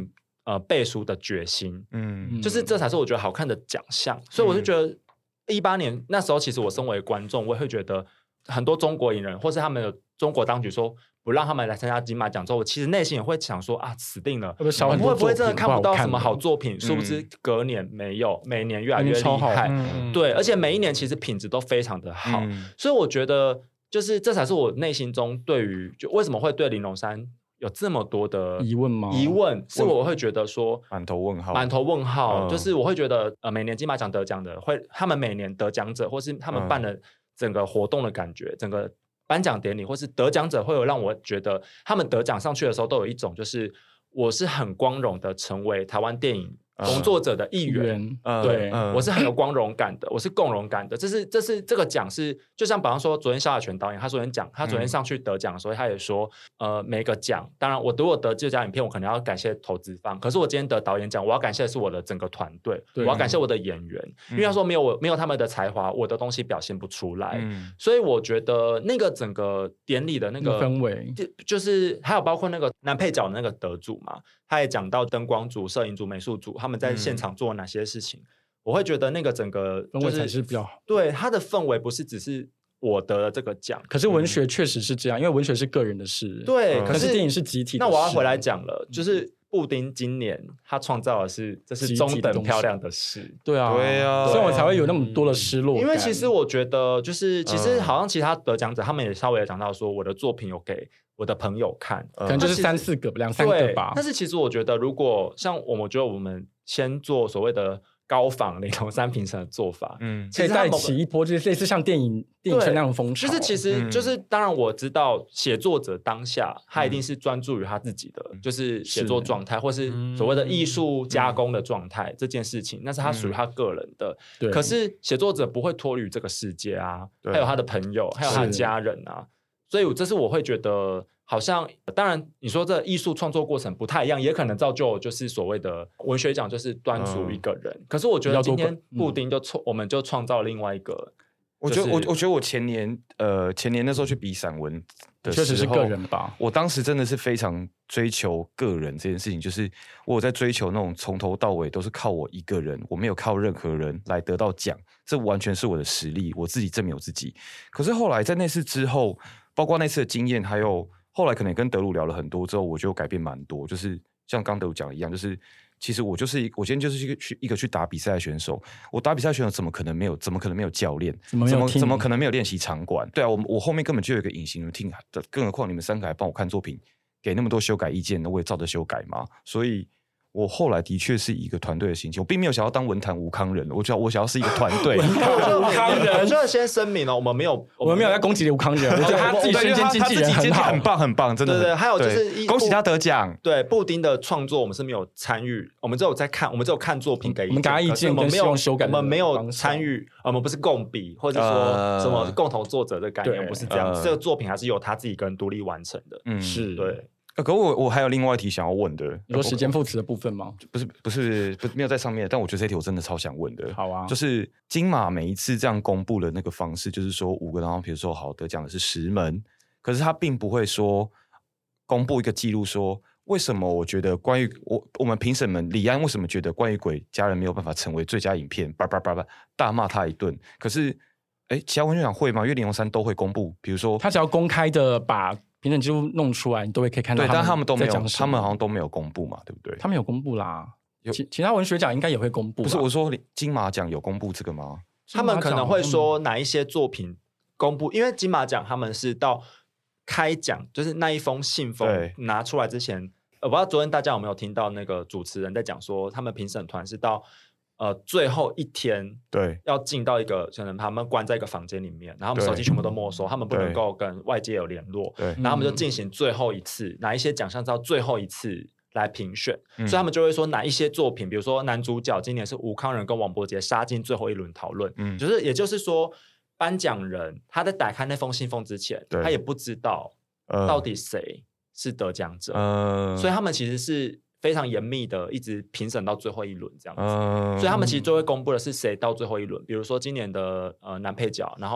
[SPEAKER 1] 呃背书的决心，
[SPEAKER 3] 嗯，
[SPEAKER 1] 就是这才是我觉得好看的奖项。所以我就觉得一八年那时候，其实我身为观众，我也会觉得很多中国影人或是他们的中国当局说不让他们来参加金马奖之后，我其实内心也会想说啊，死定了，
[SPEAKER 2] 会不会
[SPEAKER 1] 会不会真的看不到什么好作品？
[SPEAKER 3] 嗯、
[SPEAKER 1] 殊不知隔年没有，每年越来越厉害，
[SPEAKER 2] 嗯、
[SPEAKER 1] 对，而且每一年其实品质都非常的好，嗯、所以我觉得就是这才是我内心中对于就为什么会对林龙山有这么多的
[SPEAKER 2] 疑问吗？
[SPEAKER 1] 疑问是我会觉得说
[SPEAKER 3] 满头问号，
[SPEAKER 1] 满头问号，
[SPEAKER 3] 嗯、
[SPEAKER 1] 就是我会觉得呃，每年金马奖得奖的会，他们每年得奖者或是他们办的整个活动的感觉，嗯、整个颁奖典礼或是得奖者会有让我觉得他们得奖上去的时候都有一种就是我是很光荣的成为台湾电影工作者的一员，
[SPEAKER 2] 嗯、
[SPEAKER 1] 对、嗯、我是很有光荣感的，我是共荣感的。这是这是这个奖是，就像比方说，昨天萧亚全导演他昨天讲，他昨天上去得奖的时候，他也说，呃，每个奖，当然我如果得最佳影片，我可能要感谢投资方，可是我今天得导演奖，我要感谢的是我的整个团队，我要感谢我的演员，因为他说没有我没有他们的才华，我的东西表现不出来。嗯、所以我觉得那个整个典礼的那个
[SPEAKER 2] 氛围，
[SPEAKER 1] 就就是还有包括那个男配角的那个得主嘛。他也讲到灯光组、摄影组、美术组他们在现场做哪些事情，嗯、我会觉得那个整个、就是、
[SPEAKER 2] 氛围才是比较好。
[SPEAKER 1] 对，他的氛围不是只是我得了这个奖，
[SPEAKER 2] 可是文学确实是这样，嗯、因为文学是个人的事，
[SPEAKER 1] 对，
[SPEAKER 2] 嗯、可是电影是集体的事。
[SPEAKER 1] 那我要回来讲了，就是布丁今年他创造的是这是中等漂亮的事，
[SPEAKER 2] 对啊，
[SPEAKER 3] 对啊，
[SPEAKER 2] 所以我才会有那么多的失落感。
[SPEAKER 1] 因为其实我觉得，就是其实好像其他得奖者他们也稍微有讲到说，我的作品有给我的朋友看，
[SPEAKER 2] 可能就是三四个、两三个吧。
[SPEAKER 1] 但是其实我觉得，如果像我们觉得我们先做所谓的高仿林龙山评审的做法，
[SPEAKER 2] 嗯，可以带起一波，就是类似像电影电影圈那样的风潮。
[SPEAKER 1] 就是其实就是当然我知道写作者当下他一定是专注于他自己的，嗯、就是写作状态，或是所谓的艺术加工的状态、嗯、这件事情，那是他属于他个人的。
[SPEAKER 2] 对、嗯，
[SPEAKER 1] 可是写作者不会脱离这个世界啊，还有他的朋友，还有他的家人啊。所以这是我会觉得好像，当然你说这艺术创作过程不太一样，也可能造就就是所谓的文学奖就是专属一个人、嗯、可是我觉得今天布丁就创、嗯、我们就创造另外一个、
[SPEAKER 3] 就是、我觉得我我觉得我前年呃前年那时候去比散文的时候，
[SPEAKER 2] 确实是个人吧，
[SPEAKER 3] 我当时真的是非常追求个人这件事情，就是我有在追求那种从头到尾都是靠我一个人，我没有靠任何人来得到奖，这完全是我的实力，我自己证明我自己。可是后来在那次之后，包括那次的经验，还有后来可能也跟德鲁聊了很多之后，我就改变蛮多。就是像刚德鲁讲的一样，就是其实我就是我今天就是一个去一个去打比赛的选手。我打比赛的选手怎么可能没有？怎么可能没有教练？
[SPEAKER 2] 怎么怎么
[SPEAKER 3] 怎么可能没有练习场馆？对啊，我我后面根本就有一个隐形 routine， 更何况你们三个还帮我看作品，给那么多修改意见，那我也照着修改嘛。所以我后来的确是以一个团队的心情，我并没有想要当文坛吴康仁，我觉得我想要是一个团队。
[SPEAKER 1] 吴康仁，我觉得先声明了，我们没有，
[SPEAKER 2] 我们没有在攻击吴康仁，我觉得他自己身兼经纪人很好，
[SPEAKER 3] 很棒，很棒，真的。
[SPEAKER 1] 对对，还有就是
[SPEAKER 3] 恭喜他得奖。
[SPEAKER 1] 对，布丁的创作我们是没有参与，我们只有在看，我们只有看作品给意见，
[SPEAKER 2] 我们给他意见跟希望修改，
[SPEAKER 1] 我们没有参与，我们不是共笔或者说什么共同作者的概念，不是这样。这个作品还是由他自己个人独立完成的。
[SPEAKER 2] 嗯，是
[SPEAKER 1] 对。
[SPEAKER 3] 可我我还有另外一题想要问的，
[SPEAKER 2] 你说时间副词的部分吗？
[SPEAKER 3] 不是不是不是没有在上面，但我觉得这题我真的超想问的。
[SPEAKER 2] 好啊，
[SPEAKER 3] 就是金马每一次这样公布的那个方式，就是说五个，然后比如说好得奖的是石门，可是他并不会说公布一个记录说为什么我觉得关于我我们评审们李安为什么觉得关于鬼家人没有办法成为最佳影片，叭叭叭叭大骂他一顿。可是哎，其他文学奖会吗？因为林龙山都会公布，比如说
[SPEAKER 2] 他只要公开的把评审记录弄出来，你都会可以看到。
[SPEAKER 3] 对，但他们都没有，他们好像都没有公布嘛，对不对？
[SPEAKER 2] 他们有公布啦，其其他文学奖应该也会公布。
[SPEAKER 3] 不是我说金马奖有公布这个吗？
[SPEAKER 1] 他们可能会说哪一些作品公布，因为金马奖他们是到开奖，就是那一封信封拿出来之前，我不知道昨天大家有没有听到那个主持人在讲说，他们评审团是到。呃，最后一天，
[SPEAKER 3] 对，
[SPEAKER 1] 要进到一个可能他们关在一个房间里面，然后他们手机全部都没收，他们不能够跟外界有联络，
[SPEAKER 3] 对，
[SPEAKER 1] 然后他们就进行最后一次，哪一些奖项到最后一次来评选，嗯、所以他们就会说哪一些作品，比如说男主角今年是吴康仁跟王柏杰杀进最后一轮讨论，嗯，就是也就是说，颁奖人他在打开那封信封之前，他也不知道到底谁是得奖者，呃、所以他们其实是。非常严密的，一直评审到最后一轮这样子，嗯、所以他们其实就会公布的是谁到最后一轮。比如说今年的呃男配角，然后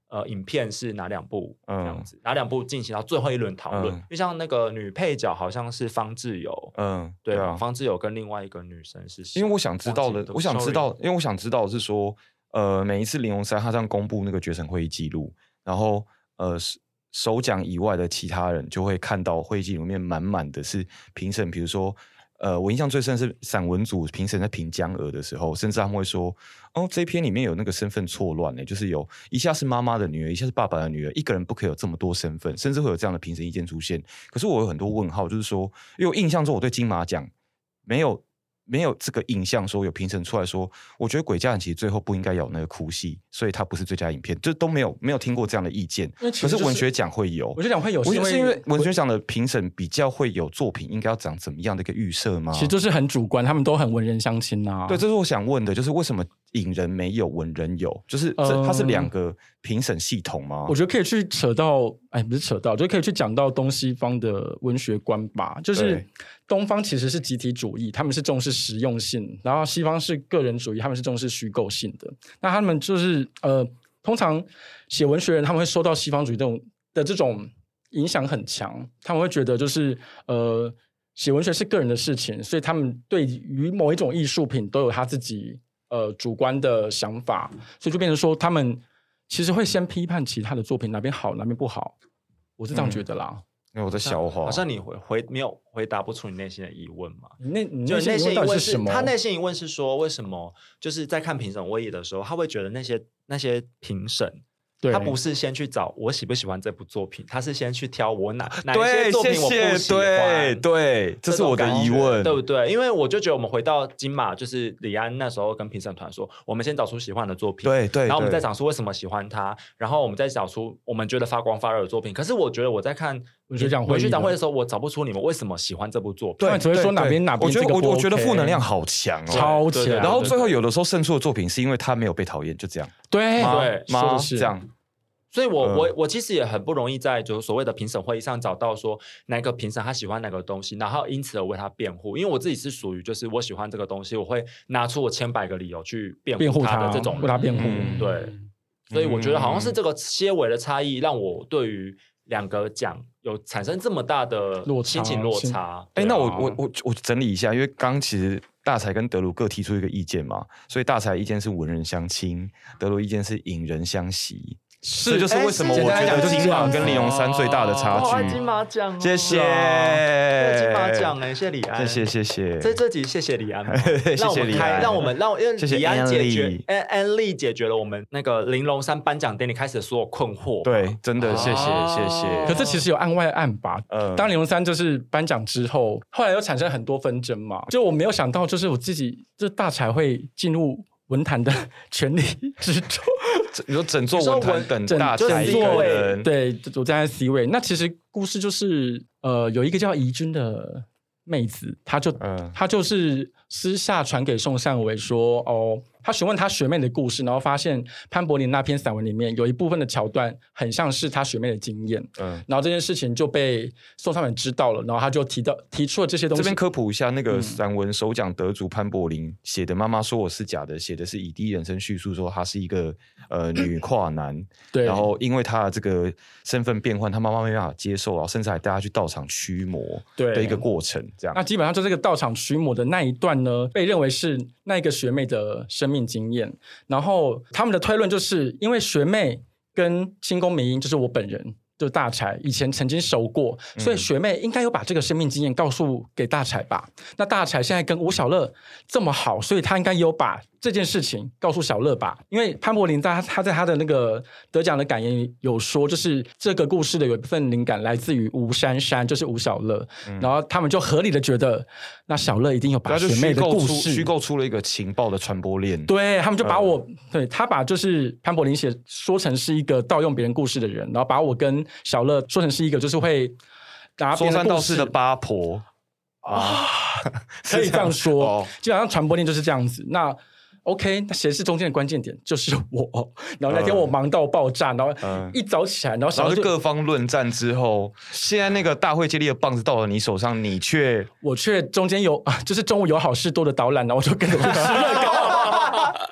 [SPEAKER 1] 呃，影片是哪两部这样子，嗯、哪两部进行到最后一轮讨论？嗯、因为像那个女配角好像是方志友，嗯，对啊，方志友跟另外一个女生是谁？
[SPEAKER 3] 因为我想知道的，我想知道，因为我想知道的是说，呃，每一次林荣三他这样公布那个决审会议记录，然后呃，首奖以外的其他人就会看到会议记录里面满满的是评审，比如说。呃，我印象最深是散文组评审在评江娥的时候，甚至他们会说：“哦，这一篇里面有那个身份错乱呢，就是有一下是妈妈的女儿，一下是爸爸的女儿，一个人不可以有这么多身份，甚至会有这样的评审意见出现。”可是我有很多问号，就是说，因为我印象中我对金马奖没有没有这个印象，说有评审出来说，我觉得《鬼家人》其实最后不应该有那个哭戏，所以它不是最佳影片，就都没有没有听过这样的意见。
[SPEAKER 2] 就是、
[SPEAKER 3] 可是文学奖会有，
[SPEAKER 2] 文学奖会有，
[SPEAKER 3] 是因为是因为文学奖的评审比较会有作品应该要长怎么样的一个预设吗？
[SPEAKER 2] 其实就是很主观，他们都很文人相亲啊。
[SPEAKER 3] 对，这是我想问的，就是为什么影人没有，文人有？就是这它是两个评审系统吗？
[SPEAKER 2] 我觉得可以去扯到，哎，不是扯到，就可以去讲到东西方的文学观吧。就是东方其实是集体主义，他们是重视实用性，然后西方是个人主义，他们是重视虚构性的。那他们就是呃，通常写文学人他们会受到西方主义这种的这种影响很强，他们会觉得就是呃，写文学是个人的事情，所以他们对于某一种艺术品都有他自己呃主观的想法，所以就变成说他们其实会先批判其他的作品哪边好哪边不好，我是这样觉得啦。
[SPEAKER 3] 嗯，因为我在消化，
[SPEAKER 1] 好像你回回没有回答不出你内心的疑问嘛？
[SPEAKER 2] 你内你
[SPEAKER 1] 内心疑问是
[SPEAKER 2] 什么？
[SPEAKER 1] 他内心疑问是说，为什么就是在看评审会议的时候，他会觉得那些那些评审，他不是先去找我喜不喜欢这部作品，他是先去挑我哪哪一些作品我不喜欢。
[SPEAKER 3] 对对，这是我的疑问，
[SPEAKER 1] 对不对？因为我就觉得我们回到金马，就是李安那时候跟评审团说，我们先找出喜欢的作品，
[SPEAKER 3] 对对，
[SPEAKER 1] 然后我们再找出为什么喜欢他，然后我们再找出我们觉得发光发热的作品。可是我觉得我在看
[SPEAKER 2] 文学奖
[SPEAKER 1] 文学奖会的时候，我找不出你们为什么喜欢这部作品。
[SPEAKER 2] 对，只会说哪边哪边。
[SPEAKER 3] 我觉得我我觉得负能量好强哦，
[SPEAKER 2] 超强。
[SPEAKER 3] 然后最后有的时候胜出的作品是因为他没有被讨厌，就这样。
[SPEAKER 2] 对
[SPEAKER 1] 对，
[SPEAKER 3] 说的是这样。
[SPEAKER 1] 所以我，我、嗯、我我其实也很不容易在就是所谓的评审会议上找到说哪个评审他喜欢哪个东西，然后因此而为他辩护。因为我自己是属于就是我喜欢这个东西，我会拿出我千百个理由去辩护他的这种人，
[SPEAKER 2] 为他辩护。
[SPEAKER 1] 嗯、对，所以我觉得好像是这个些微的差异，让我对于两个奖有产生这么大的心情落差。
[SPEAKER 3] 哎、啊，那我我我我整理一下，因为刚其实大柴跟德鲁各提出一个意见嘛，所以大柴意见是文人相亲，德鲁意见是引人相惜。这就是为什么我觉得金马跟林荣三最大的差距。
[SPEAKER 1] 我爱金马奖、哦，
[SPEAKER 3] 谢谢，
[SPEAKER 1] 对金马奖哎，谢谢李安，
[SPEAKER 3] 谢谢谢谢。
[SPEAKER 1] 在这集谢谢李安，
[SPEAKER 3] 谢谢李安，
[SPEAKER 1] 让我们让因为李安解决安安利解决了我们那个林荣三颁奖典礼开始的所有困惑。
[SPEAKER 3] 对，真的谢谢、啊、谢谢。
[SPEAKER 2] 可是其实有案外案吧？嗯，当林荣三就是颁奖之后，后来又产生很多纷争嘛。就我没有想到，就是我自己这大柴会进入文坛的权力之中。
[SPEAKER 3] 你说整座文坛等大柴一个人，
[SPEAKER 2] 对，我站在 C 位。那其实故事就是呃，有一个叫怡君的妹子，她就、嗯、她就是私下传给宋善伟说，哦，她询问她学妹的故事，然后发现潘柏林那篇散文里面有一部分的桥段很像是她学妹的经验，嗯，然后这件事情就被宋善伟知道了，然后他就提到提出了这些东西。
[SPEAKER 3] 这边科普一下，那个散文首奖得主潘柏林写的《妈妈说我是假的》，写的是以第一人称叙述说她是一个呃女跨男，对，然后因为她的这个身份变换，她妈妈没办法接受，然后甚至还带她去道场驱魔的一个过程，这样。
[SPEAKER 2] 那基本上就这个道场驱魔的那一段呢，被认为是那个学妹的生命经验，然后他们的推论就是因为学妹跟清宫明英就是我本人，就大柴以前曾经熟过，所以学妹应该有把这个生命经验告诉给大柴吧。那大柴现在跟吴小乐这么好，所以他应该有把这件事情告诉小乐吧。因为潘柏林在他在他的那个得奖的感言有说，就是这个故事的有一部分灵感来自于吴珊珊，就是吴小乐、嗯、然后他们就合理的觉得那小乐一定有把学妹的故事
[SPEAKER 3] 虚构出了一个情报的传播链。
[SPEAKER 2] 对，他们就把我、嗯、对他把就是潘柏林写说成是一个盗用别人故事的人，然后把我跟小乐说成是一个就是会拿别人的故事
[SPEAKER 3] 说三道四的八婆
[SPEAKER 2] 啊，可以这样说、哦、基本上传播链就是这样子。那OK， 那谁是中间的关键点？就是我。然后那天我忙到爆炸，然后一早起来，然后
[SPEAKER 3] 然后就各方论战之后，现在那个大会接力的棒子到了你手上，你却
[SPEAKER 2] 我却中间有就是中午有好事多的导览，然后我就跟着去吃乐高。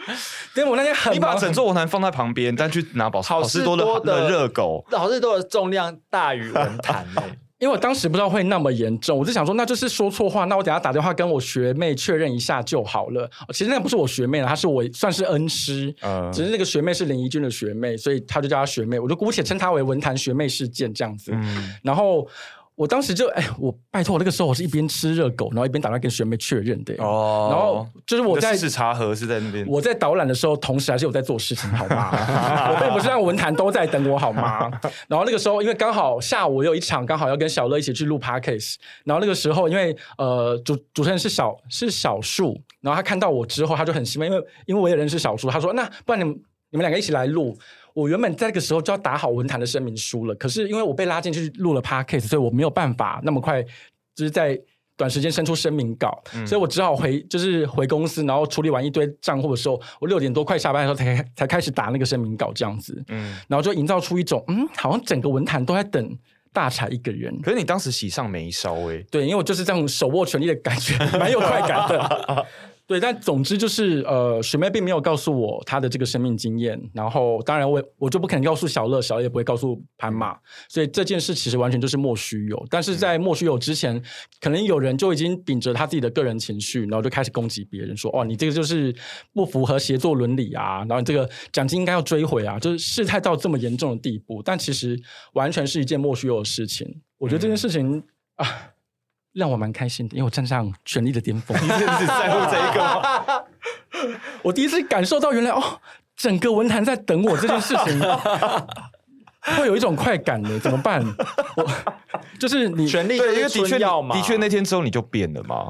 [SPEAKER 2] 对，我那天很
[SPEAKER 3] 你把整座文坛放在旁边，但去拿好好事多的热狗，
[SPEAKER 1] 好事多的重量大于文坛诶、欸。
[SPEAKER 2] 因为我当时不知道会那么严重，我就想说那就是说错话，那我等一下打电话跟我学妹确认一下就好了。其实那不是我学妹了，她是我算是恩师，嗯、只是那个学妹是林怡君的学妹，所以她就叫她学妹，我就姑且称她为文坛学妹事件这样子。嗯、然后我当时就哎，我拜托，那个时候我是一边吃热狗，然后一边打电话跟学妹确认的。哦，然后就是我在
[SPEAKER 3] 视察盒是在那边，
[SPEAKER 2] 我在导览的时候，同时还是有在做事情，好吗？我并不是让文坛都在等我，好吗？然后那个时候，因为刚好下午有一场，刚好要跟小乐一起去录 podcast， 然后那个时候，因为呃主主持人是小是小树，然后他看到我之后，他就很兴奋，因为因为我也认识小树，他说：“那不然你们你们两个一起来录。”我原本在那个时候就要打好文坛的声明书了，可是因为我被拉进去录了 podcast， 所以我没有办法那么快就是在短时间生出声明稿，嗯、所以我只好回就是回公司，然后处理完一堆账户的时候，我六点多快下班的时候才才开始打那个声明稿这样子，嗯，然后就营造出一种嗯，好像整个文坛都在等大柴一个人。
[SPEAKER 3] 可是你当时喜上眉梢哎，
[SPEAKER 2] 对，因为我就是这种手握权力的感觉，蛮有快感的。对，但总之就是呃，学妹并没有告诉我她的这个生命经验，然后当然我我就不可能告诉小乐，小乐也不会告诉潘马，所以这件事其实完全就是莫须有。但是在莫须有之前，可能有人就已经秉着他自己的个人情绪，然后就开始攻击别人说，哦，你这个就是不符合协作伦理啊，然后你这个奖金应该要追回啊，就是事态到这么严重的地步。但其实完全是一件莫须有的事情。我觉得这件事情、嗯、啊。让我蛮开心的，因为我站上权力的巅峰。
[SPEAKER 3] 你是只在乎这一个吗？
[SPEAKER 2] 我第一次感受到原来哦，整个文坛在等我这件事情，会有一种快感的。怎么办？我就是你
[SPEAKER 1] 权力，
[SPEAKER 3] 对，因为的确的确那天之后你就变了嘛，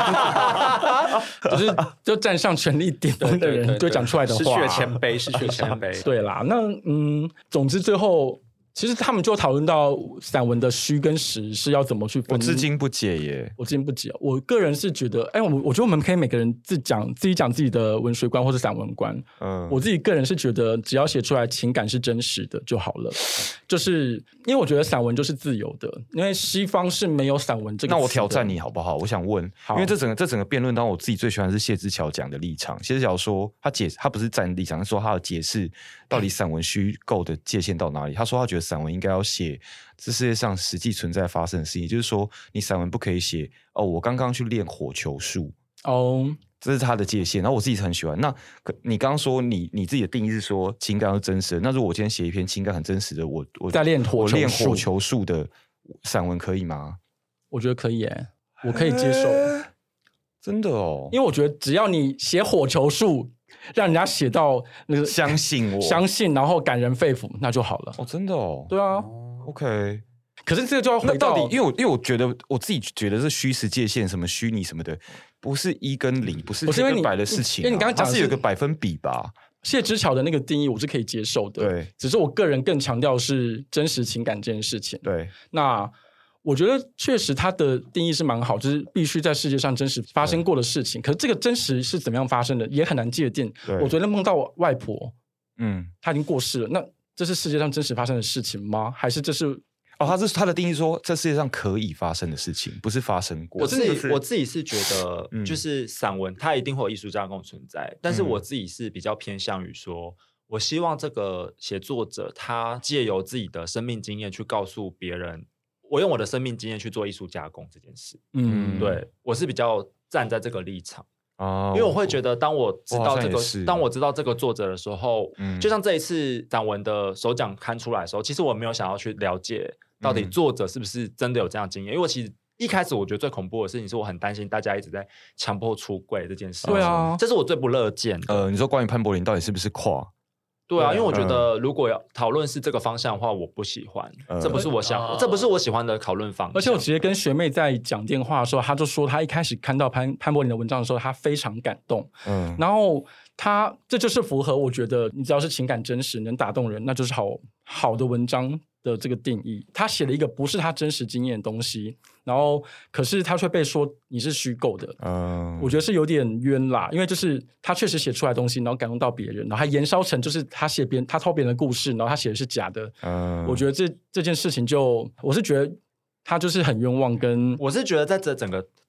[SPEAKER 2] 就是就站上权力巅峰的人就讲出来的话，
[SPEAKER 4] 失去了谦卑，失去了谦卑。
[SPEAKER 2] 对啦，那嗯，总之最后。其实他们就讨论到散文的虚跟实是要怎么去分。
[SPEAKER 3] 我至今不解耶，
[SPEAKER 2] 我至今不解。我个人是觉得，哎，我我觉得我们可以每个人自讲自己讲自己的文学观或是散文观。嗯，我自己个人是觉得，只要写出来情感是真实的就好了。就是因为我觉得散文就是自由的，因为西方是没有散文这个词的。
[SPEAKER 3] 那我挑战你好不好？我想问，因为这整个这整个辩论当中，我自己最喜欢的是谢之桥讲的立场。谢之桥说，他解他不是站立场，他说他要解释到底散文虚构的界限到哪里。他说他觉得散文应该要写这世界上实际存在发生的事情，也就是说，你散文不可以写哦，我刚刚去练火球术哦，这是他的界限。然后我自己很喜欢。那你刚刚说你你自己的定义是说情感是真实的，那如果我今天写一篇情感很真实的，我我
[SPEAKER 2] 在练火球术，
[SPEAKER 3] 我练火球术的散文可以吗？
[SPEAKER 2] 我觉得可以耶，我可以接受。
[SPEAKER 3] 真的哦，
[SPEAKER 2] 因为我觉得只要你写火球术，让人家写到那个
[SPEAKER 3] 相信我，
[SPEAKER 2] 相信，然后感人肺腑，那就好了。
[SPEAKER 3] 哦，真的哦，
[SPEAKER 2] 对啊
[SPEAKER 3] ，OK。
[SPEAKER 2] 可是这个就要回到，
[SPEAKER 3] 到底，因为我因为我觉得我自己觉得是虚实界限，什么虚拟什么的，不是一跟零，不是百分百的事情、啊。因为你刚刚讲的 是, 是有个百分比吧。
[SPEAKER 2] 谢之桥的那个定义我是可以接受的，
[SPEAKER 3] 对。
[SPEAKER 2] 只是我个人更强调是真实情感这件事情。
[SPEAKER 3] 对，
[SPEAKER 2] 那。我觉得确实它的定义是蛮好，就是必须在世界上真实发生过的事情。可是这个真实是怎么样发生的，也很难界定。我昨天梦到我外婆，嗯，她已经过世了，那这是世界上真实发生的事情吗？还是这是
[SPEAKER 3] 哦？他是他的定义说，这世界上可以发生的事情，不是发生过。
[SPEAKER 1] 我自己我自己是觉得，就是散文它一定会有艺术架构存在，但是我自己是比较偏向于说，我希望这个写作者他借由自己的生命经验去告诉别人。我用我的生命经验去做艺术加工这件事，嗯，对，我是比较站在这个立场，哦，因为我会觉得，当我知道这个，当我知道这个作者的时候，嗯，就像这一次散文的首奖刊出来的时候，其实我没有想要去了解到底作者是不是真的有这样的经验，因为我其实一开始我觉得最恐怖的事情是我很担心大家一直在强迫出柜这件事，
[SPEAKER 2] 对啊，
[SPEAKER 1] 这是我最不乐见的。
[SPEAKER 3] 呃，你说关于潘柏林到底是不是跨？
[SPEAKER 1] 对啊，因为我觉得如果要讨论是这个方向的话，我不喜欢，嗯、这不是我想，嗯、这不是我喜欢的讨论方向。
[SPEAKER 2] 而且我直接跟学妹在讲电话的时候，她就说她一开始看到潘潘柏林的文章的时候，她非常感动。嗯，然后她这就是符合我觉得，你只要是情感真实，能打动人，那就是好好的文章的这个定义。他写了一个不是他真实经验的东西，然后可是他却被说你是虚构的，嗯，我觉得是有点冤啦，因为就是他确实写出来的东西，然后感动到别人，然后还延烧成就是他写别人他偷别人的故事，然后他写的是假的，嗯，我觉得这这件事情就我是觉得他就是很冤枉，跟
[SPEAKER 1] 我是觉得在这整个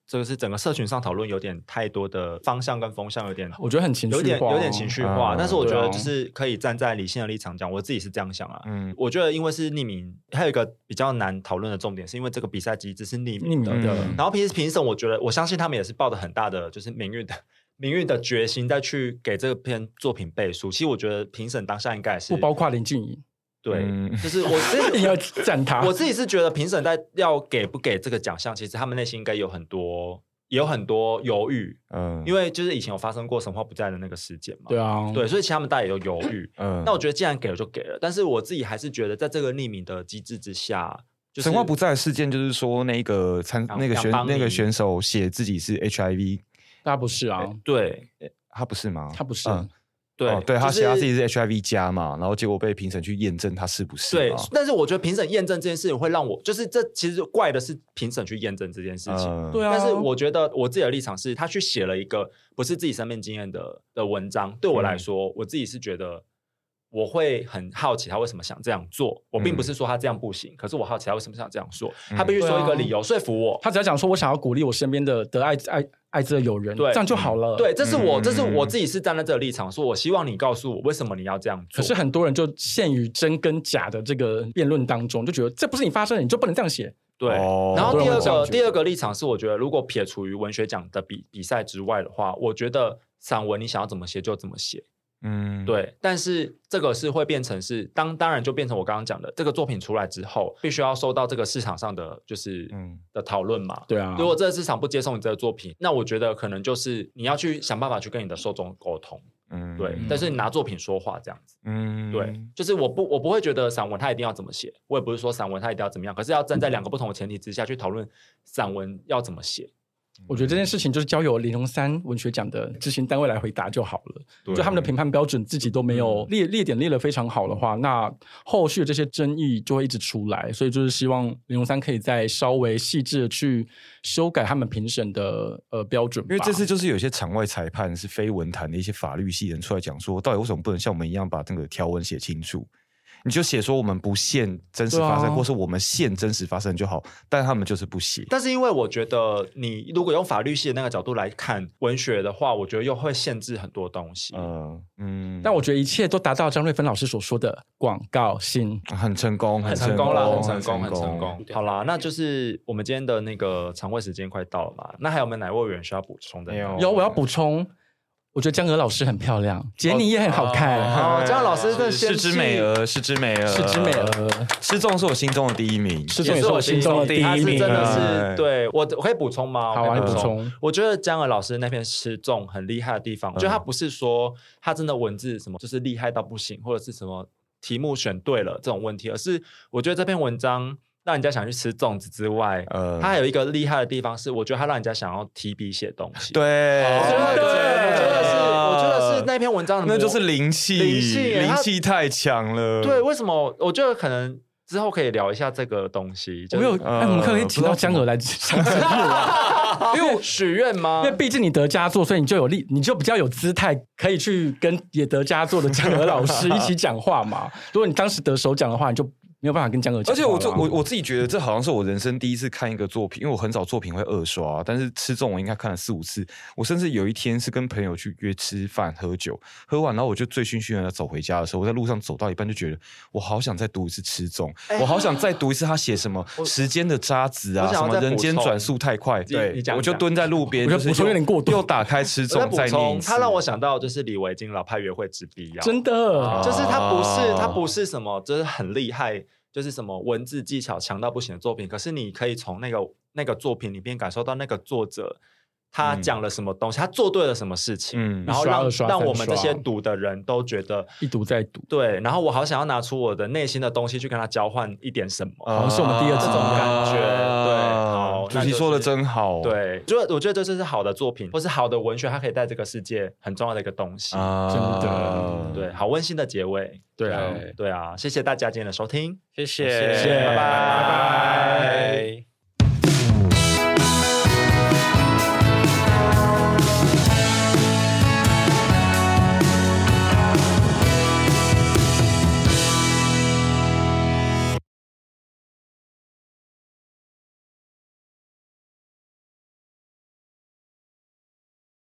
[SPEAKER 1] 这个是整个社群上讨论有点太多的方向跟风向，有点
[SPEAKER 2] 我觉得很情绪化，
[SPEAKER 1] 有点有点情绪化。
[SPEAKER 3] 嗯、
[SPEAKER 1] 但是我觉得就是可以站在理性的立场讲，我自己是这样想啊。嗯，我觉得因为是匿名，还有一个比较难讨论的重点，是因为这个比赛机制是匿名的。嗯、然后平时评审，我觉得我相信他们也是抱着很大的就是名誉的。名誉的决心再去给这篇作品背书，其实我觉得评审当下应该是
[SPEAKER 2] 不包括林俊颖，
[SPEAKER 1] 对，嗯、就是我自己
[SPEAKER 2] 要赞他。
[SPEAKER 1] 我自己是觉得评审在要给不给这个奖项，其实他们内心应该有很多也有很多犹豫，嗯，因为就是以前有发生过神话不在的那个事件嘛，
[SPEAKER 2] 对啊，
[SPEAKER 1] 对，所以其实他们大家也有犹豫，嗯，那我觉得既然给了就给了，但是我自己还是觉得在这个匿名的机制之下。就是、
[SPEAKER 3] 神话不在的事件就是说那个参那个选那个选手写自己是 H I V，
[SPEAKER 2] 他不是啊，
[SPEAKER 1] 对。
[SPEAKER 3] 他不是吗？
[SPEAKER 2] 他不是，
[SPEAKER 3] 嗯、
[SPEAKER 1] 对、
[SPEAKER 3] 哦、对，
[SPEAKER 1] 就是、
[SPEAKER 3] 他写他自己是 H I V 加嘛，然后结果被评审去验证他是不是。
[SPEAKER 1] 对，但是我觉得评审验证这件事情会让我，就是这其实怪的是评审去验证这件事情。嗯、
[SPEAKER 2] 对啊，
[SPEAKER 1] 但是我觉得我自己的立场是，他去写了一个不是自己生命经验的的文章，对我来说，嗯、我自己是觉得。我会很好奇他为什么想这样做，我并不是说他这样不行，嗯、可是我好奇他为什么想这样做，嗯、他必须说一个理由、啊、说服我。
[SPEAKER 2] 他只要讲说我想要鼓励我身边的得艾艾艾滋的友人，这样就好了。
[SPEAKER 1] 对，这是我，这是我自己是站在这个立场，说我希望你告诉我为什么你要这样做。
[SPEAKER 2] 可是很多人就陷于真跟假的这个辩论当中，就觉得这不是你发生的，你就不能这样写。
[SPEAKER 1] 对，哦、然后第二个第二个立场是，我觉得如果撇除于文学奖的比比赛之外的话，我觉得散文你想要怎么写就怎么写。嗯，对，但是这个是会变成是当当然就变成我刚刚讲的这个作品出来之后，必须要受到这个市场上的就是嗯的讨论嘛。
[SPEAKER 2] 对啊，
[SPEAKER 1] 如果这个市场不接受你这个作品，那我觉得可能就是你要去想办法去跟你的受众沟通。嗯，对，但是你拿作品说话这样子。嗯，对，就是我不我不会觉得散文它一定要怎么写，我也不是说散文它一定要怎么样，可是要站在两个不同的前提之下去讨论散文要怎么写。
[SPEAKER 2] 我觉得这件事情就是交由林荣三文学奖的执行单位来回答就好了。就他们的评判标准自己都没有列列点列得非常好的话，那后续的这些争议就会一直出来。所以就是希望林荣三可以再稍微细致的去修改他们评审的呃标准吧。
[SPEAKER 3] 因为这次就是有些场外裁判是非文坛的一些法律系人出来讲说，到底为什么不能像我们一样把这个条文写清楚？你就写说我们不限真实发生，啊、或是我们限真实发生就好，但他们就是不写。
[SPEAKER 1] 但是因为我觉得你如果用法律系的那个角度来看文学的话，我觉得又会限制很多东西。嗯
[SPEAKER 2] 嗯，但我觉得一切都达到张瑞芬老师所说的广告性，
[SPEAKER 3] 很成功，
[SPEAKER 1] 很成功了，很成功，很成功。好啦，那就是我们今天的那个常会时间快到了嘛？那还有没有哪位委员需要补充的？
[SPEAKER 2] 有，有，我要补充。我觉得江娥老师很漂亮，杰尼也很好看。
[SPEAKER 1] 哦，江娥老师的
[SPEAKER 3] 是枝美娥，是枝美娥，
[SPEAKER 2] 是枝美娥。
[SPEAKER 3] 失踪是我心中的第一名，
[SPEAKER 2] 失踪也是我心中的第一名。
[SPEAKER 1] 真的是，对我我可以补充吗？
[SPEAKER 2] 好啊，你补充。
[SPEAKER 1] 我觉得江娥老师那篇失踪很厉害的地方，我觉得他不是说他真的文字什么就是厉害到不行，或者是什么题目选对了这种问题，而是我觉得这篇文章。让人家想去吃粽子之外，呃，它还有一个厉害的地方是，我觉得它让人家想要提笔写东西。
[SPEAKER 3] 对，
[SPEAKER 1] 我觉得，我觉得是，我觉得是那篇文章的，
[SPEAKER 3] 那就是灵气，
[SPEAKER 1] 灵气，
[SPEAKER 3] 灵气太强了。
[SPEAKER 1] 对，为什么？我觉得可能之后可以聊一下这个东西。
[SPEAKER 2] 没有，哎，我们可以请到江娥来上节目啊，
[SPEAKER 1] 因为我许愿吗？
[SPEAKER 2] 因为毕竟你得佳作，所以你就有力，你就比较有姿态，可以去跟也得佳作的江娥老师一起讲话嘛。如果你当时得首奖的话，你就。没有办法跟江娥讲，
[SPEAKER 3] 而且我这我我自己觉得这好像是我人生第一次看一个作品，因为我很少作品会二刷，但是吃粽我应该看了四五次。我甚至有一天是跟朋友去约吃饭喝酒，喝完然后我就醉醺醺的走回家的时候，我在路上走到一半就觉得我好想再读一次吃粽，欸、我好想再读一次他写什么时间的渣子啊，什么人间转速太快，对，我就蹲在路边，就是
[SPEAKER 2] 有点过度，
[SPEAKER 3] 又打开吃粽再念一次。
[SPEAKER 1] 他让我想到就是李维京老派约会之必要，
[SPEAKER 2] 真的，
[SPEAKER 1] 啊、就是他不是他不是什么，就是很厉害。就是什么文字技巧强到不行的作品，可是你可以从那个那个作品里面感受到那个作者他讲了什么东西，嗯、他做对了什么事情，嗯、然后让让我们这些读的人都觉得
[SPEAKER 2] 一读再读。
[SPEAKER 1] 对，然后我好想要拿出我的内心的东西去跟他交换一点什么，
[SPEAKER 2] 好像是我们第二次这种感觉。
[SPEAKER 1] 啊、对，好，
[SPEAKER 3] 主题说的真好。
[SPEAKER 1] 对，就我觉得这就是好的作品，或是好的文学，它可以在这个世界很重要的一个东西。
[SPEAKER 2] 啊、真的，
[SPEAKER 1] 对，好温馨的结尾。
[SPEAKER 2] 对啊，
[SPEAKER 1] 对啊，谢谢大家今天的收听，
[SPEAKER 4] 谢谢，
[SPEAKER 1] 谢谢，拜拜，拜拜。